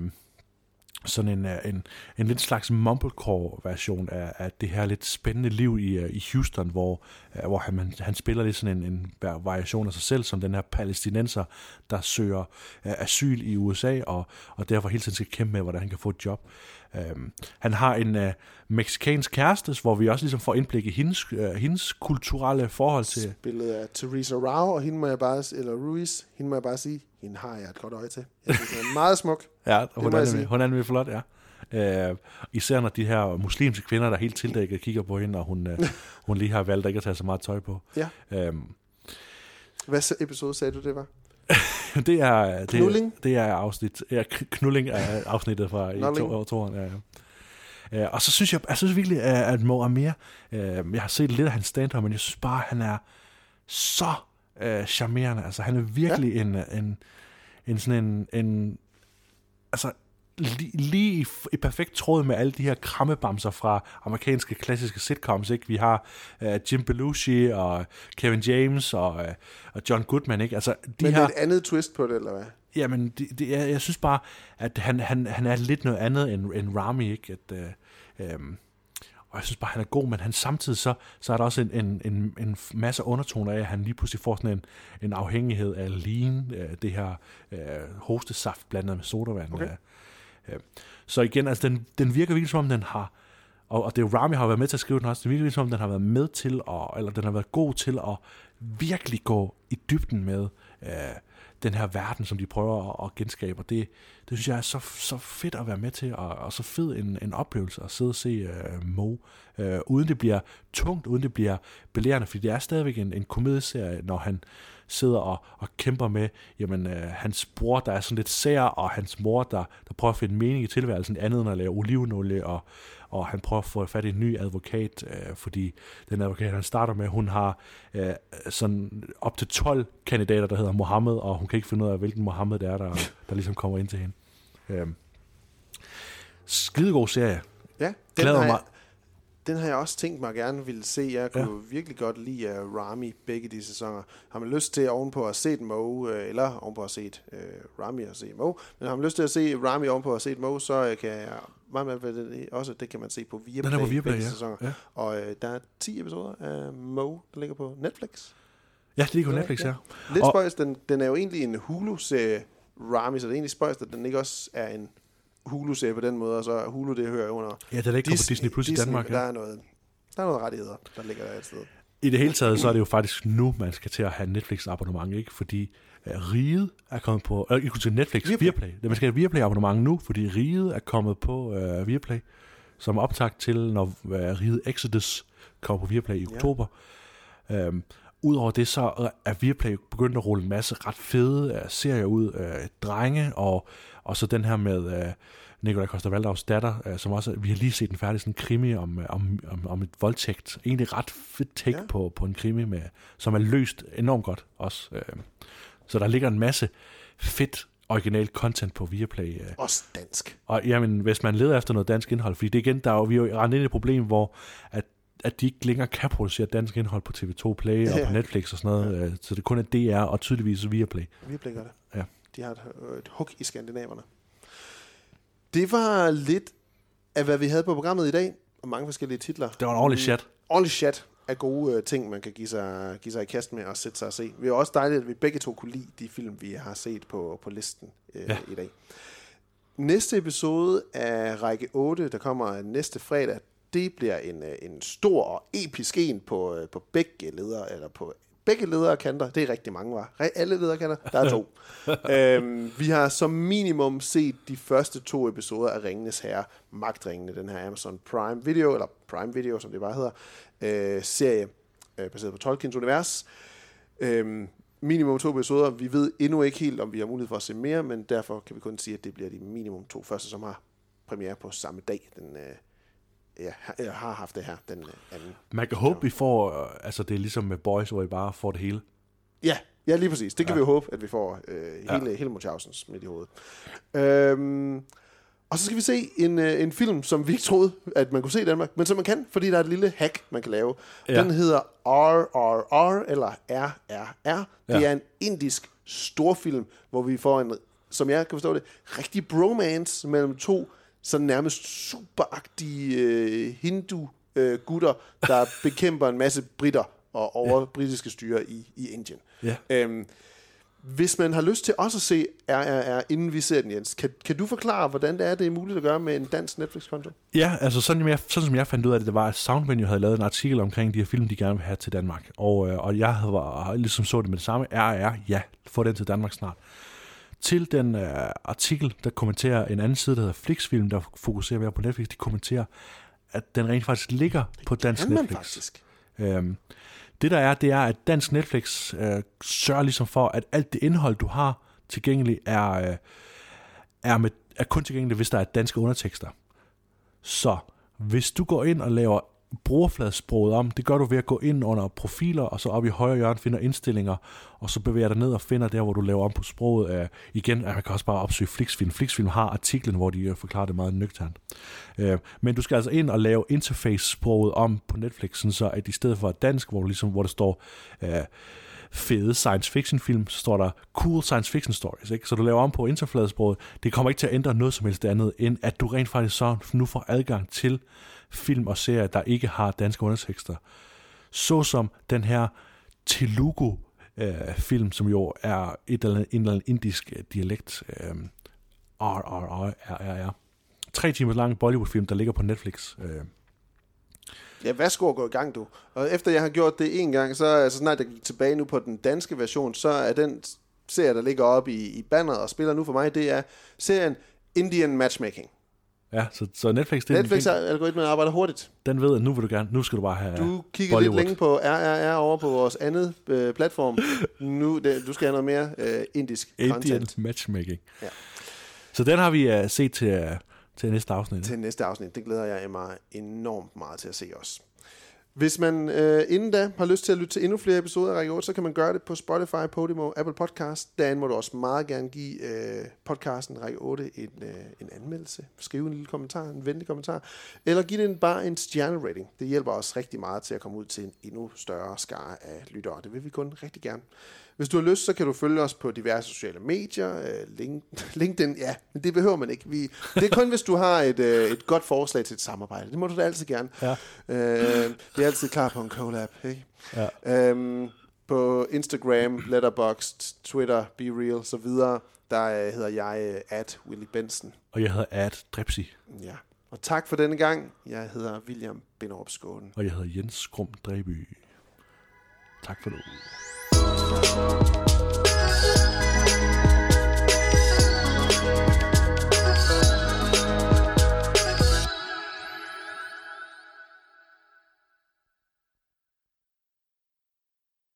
sådan en, en, en lidt slags mumblecore-version af, af det her lidt spændende liv i, i Houston, hvor, øh, hvor han, han spiller lidt sådan en, en variation af sig selv, som den her palæstinenser, der søger øh, asyl i U S A, og, og derfor hele tiden skal kæmpe med, hvordan han kan få et job. Um, han har en uh, mexicansk kæreste, hvor vi også ligesom får indblik i hendes, uh, hendes kulturelle forhold til... Spillet af Teresa Rao, og hende må jeg bare, eller Ruiz, hende må jeg bare sige, hende har jeg et godt øje til. Jeg synes, hun er meget smuk. Ja, hun er, nemlig, hun er nemlig flot, ja. Uh, især når de her muslimske kvinder, der er helt tildækket, kigger på hende, og hun, uh, hun lige har valgt ikke at tage så meget tøj på. Ja. Um, Hvad episode sagde du, det var? det er det, knulling? Det er afsnit, ja, knulling er afsnittet fra i to, toren, ja, ja. Uh, og så synes jeg, jeg synes virkelig, at Mo Amer, uh, jeg har set lidt af hans stand-up, men jeg synes bare, han er så uh, charmerende. Altså, han er virkelig ja. en, en, en sådan en, en altså, lige, lige i, i perfekt tråd med alle de her krammebamser fra amerikanske klassiske sitcoms, ikke? Vi har uh, Jim Belushi og Kevin James og, uh, og John Goodman, ikke? Altså, de men her, det er et andet twist på det, eller hvad? Jamen, det, det, jeg, jeg synes bare, at han, han, han er lidt noget andet end, end Rami, ikke? At, uh, um, og jeg synes bare, han er god, men han samtidig så, så er der også en, en, en, en masse undertoner af, at han lige pludselig får sådan en, en afhængighed af lean, uh, det her uh, hostesaft blandet med sodavand. Okay. Uh, uh, så igen, altså, den, den virker virkelig som om, den har, og, og det er jo Rami, har været med til at skrive den også, det virker virkelig som om, den har været med til, at, eller den har været god til at virkelig gå i dybden med uh, den her verden, som de prøver at, at genskabe, og det, det synes jeg er så, så fedt at være med til, og, og så fed en, en oplevelse at sidde og se uh, Mo, uh, uden det bliver tungt, uden det bliver belærende, fordi det er stadigvæk en, en komedieserie, når han sidder og, og kæmper med, jamen, uh, hans bror, der er sådan lidt sær, og hans mor, der, der prøver at finde mening i tilværelsen, andet end at lave olivenolie, og, og han prøver at få fat i en ny advokat, uh, fordi den advokat, han starter med, hun har uh, sådan op til tolv kandidater, der hedder Mohammed, og hun kan ikke finde ud af, hvilken Mohammed det er, der, der ligesom kommer ind til hende. Uh, skidegod serie. Ja, den har, jeg, den har jeg også tænkt mig gerne ville se. Jeg kunne ja. virkelig godt lide uh, Rami begge de sæsoner. Har man lyst til ovenpå at se Mo, uh, eller ovenpå at se uh, Rami og se Mo, men har man lyst til at se Rami ovenpå at se Mo, så uh, kan jeg meget med det også, det kan man se på Viaplay, den er på Viaplay, begge ja. sæsoner. Ja. Og uh, der er ti episoder af Mo, der ligger på Netflix. Ja, det ligger på Netflix, ja. ja. Lidt og spøjs, den, den er jo egentlig en Hulu-serie, Rami, så det er egentlig spøjs, at den ikke også er en Hulu-serie på den måde, og så Hulu, det hører under. Ja, det er ikke Disney, på Disney Plus i Danmark. Der er noget, der er noget rettigheder, der ligger der et sted. I det hele taget, så er det jo faktisk nu, man skal til at have Netflix-abonnement, ikke? Fordi uh, Riget er kommet på, øh, ikke til Netflix, Viaplay. Viaplay. Man skal have Viaplay-abonnement nu, fordi Riget er kommet på uh, Viaplay, som optakt til, når uh, Riget Exodus kommer på Viaplay i ja. oktober. Um, Udover det, så er Viaplay begyndt at rulle en masse ret fede uh, serier ud, uh, drenge, og, og så den her med uh, Nikolaj Coster-Waldau's datter, uh, som også, vi har lige set en færdig sådan krimi om, om, om, om et voldtægt. Egentlig ret fedt take ja. på, på en krimi, med, som er løst enormt godt også. Uh, så der ligger en masse fedt original content på Viaplay. Øh. Også dansk. Og jamen, hvis man leder efter noget dansk indhold, fordi det igen, der er jo, vi er jo rendt ind i et problem, hvor at, at de ikke længere kan producere dansk indhold på T V to Play ja. og på Netflix og sådan noget, ja. øh, så det kun er D R og tydeligvis Viaplay. Viaplay gør det. Ja. De har et, et hug i skandinaverne. Det var lidt af, hvad vi havde på programmet i dag, og mange forskellige titler. Det var en ordentlig chat. Ordentlig chat af gode uh, ting, man kan give sig, give sig i kast med og sætte sig og se. Vi er også dejligt, at vi begge to kunne lide de film, vi har set på, på listen uh, ja. i dag. Næste episode af række otte, der kommer næste fredag, det bliver en, en stor og episk en på, på begge ledere, eller på begge lederkanter. Det er rigtig mange, var. Alle lederkanter, der er to. øhm, vi har som minimum set de første to episoder af Ringenes Herre, Magtringene, den her Amazon Prime Video, eller Prime Video, som det bare hedder, øh, serie øh, baseret på Tolkiens univers. Øhm, minimum to episoder. Vi ved endnu ikke helt, om vi har mulighed for at se mere, men derfor kan vi kun sige, at det bliver de minimum to første, som har premiere på samme dag, den øh, Ja, jeg har haft det her, den anden. Man kan håbe, vi får, altså det er ligesom med Boys, hvor I bare får det hele. Ja, ja lige præcis. Det kan ja. vi jo håbe, at vi får øh, hele, ja. hele Munchhausens midt i hovedet. Øhm, og så skal vi se en, øh, en film, som vi ikke troede, at man kunne se i Danmark, men som man kan, fordi der er et lille hack, man kan lave. Ja. Den hedder R R R, eller R R R. Det ja. er en indisk storfilm, hvor vi får en, som jeg kan forstå det, rigtig bromance mellem to sådan nærmest superagtige øh, hindu-gutter, øh, der bekæmper en masse britter og over ja. britiske styre i, i Indien. Ja. Øhm, hvis man har lyst til også at se R R R, inden vi ser den, Jens, kan, kan du forklare, hvordan det er, det er muligt at gøre med en dansk Netflix-konto? Ja, altså sådan, som jeg, sådan som jeg fandt ud af det, det var, at Soundvenue havde lavet en artikel omkring de her film, de gerne vil have til Danmark. Og, øh, og jeg havde var, ligesom så det med det samme. R R R, ja, få den til Danmark snart. Til den øh, artikel, der kommenterer en anden side, der hedder Flixfilm, der fokuserer mere på Netflix, de kommenterer, at den rent faktisk ligger på dansk Netflix. Faktisk. Øhm, det der er, det er, at dansk Netflix øh, sørger ligesom for, at alt det indhold, du har tilgængeligt, er, øh, er, med, er kun tilgængeligt, hvis der er danske undertekster. Så hvis du går ind og laver brugerfladesproget om, det gør du ved at gå ind under profiler, og så op i højre hjørne finder indstillinger, og så bevæger dig ned og finder der, hvor du laver om på sproget. Uh, igen, man kan også bare opsøge Flixfilm. Flixfilm har artiklen, hvor de uh, forklarer det meget nøgternt. Uh, men du skal altså ind og lave interface-sproget om på Netflix, så at i stedet for dansk, hvor, du ligesom, hvor der står uh, fede science fiction film, så står der cool science fiction stories, ikke? Så du laver om på interfladesproget. Det kommer ikke til at ændre noget som helst andet, end at du rent faktisk så nu får adgang til film og serier, der ikke har danske undertekster. Såsom den her Telugu øh, film, som jo er et eller andet, en eller anden indisk øh, dialekt. Øh, R R R. Tre timer lang Bollywood-film, der ligger på Netflix. Øh. Ja, værsgo at gå i gang, du. Og efter jeg har gjort det en gang, så altså snart jeg gik tilbage nu på den danske version, så er den serie, der ligger oppe i, i banneret og spiller nu for mig, det er serien Indian Matchmaking. Ja, så, så Netflix... Det Netflix er algoritmen arbejder hurtigt. Den ved, at nu vil du gerne, nu skal du bare have Du kigger Bollywood. lidt længe på R R R over på vores andet øh, platform. Nu, det, du skal have noget mere øh, indisk Indian content. Matchmaking. Ja. Så den har vi uh, set til, uh, til næste afsnit. Til næste afsnit. Det glæder jeg mig enormt meget til at se også. Hvis man øh, inden da har lyst til at lytte til endnu flere episoder af Række otte, så kan man gøre det på Spotify, Podimo, Apple Podcast. Derinde må du også meget gerne give øh, podcasten Række otte en, øh, en anmeldelse. Skrive en lille kommentar, en venlig kommentar. Eller give den bare en stjernerating. Det hjælper os rigtig meget til at komme ud til en endnu større skare af lyttere. Det vil vi kun rigtig gerne. Hvis du har lyst, så kan du følge os på diverse sociale medier. Øh, link, LinkedIn, ja, men det behøver man ikke. Vi, det er kun, hvis du har et, øh, et godt forslag til et samarbejde. Det må du da altid gerne. Ja. Øh, vi er altid klar på en collab, ikke? Ja. Øhm, på Instagram, Letterboxd, Twitter, BeReal, så videre, der øh, hedder jeg øh, at Willy Benson. Og jeg hedder at Drepsi. Ja. Og tak for denne gang. Jeg hedder William Binderup Skåne. Og jeg hedder Jens Skrum Dreby. Tak for nu.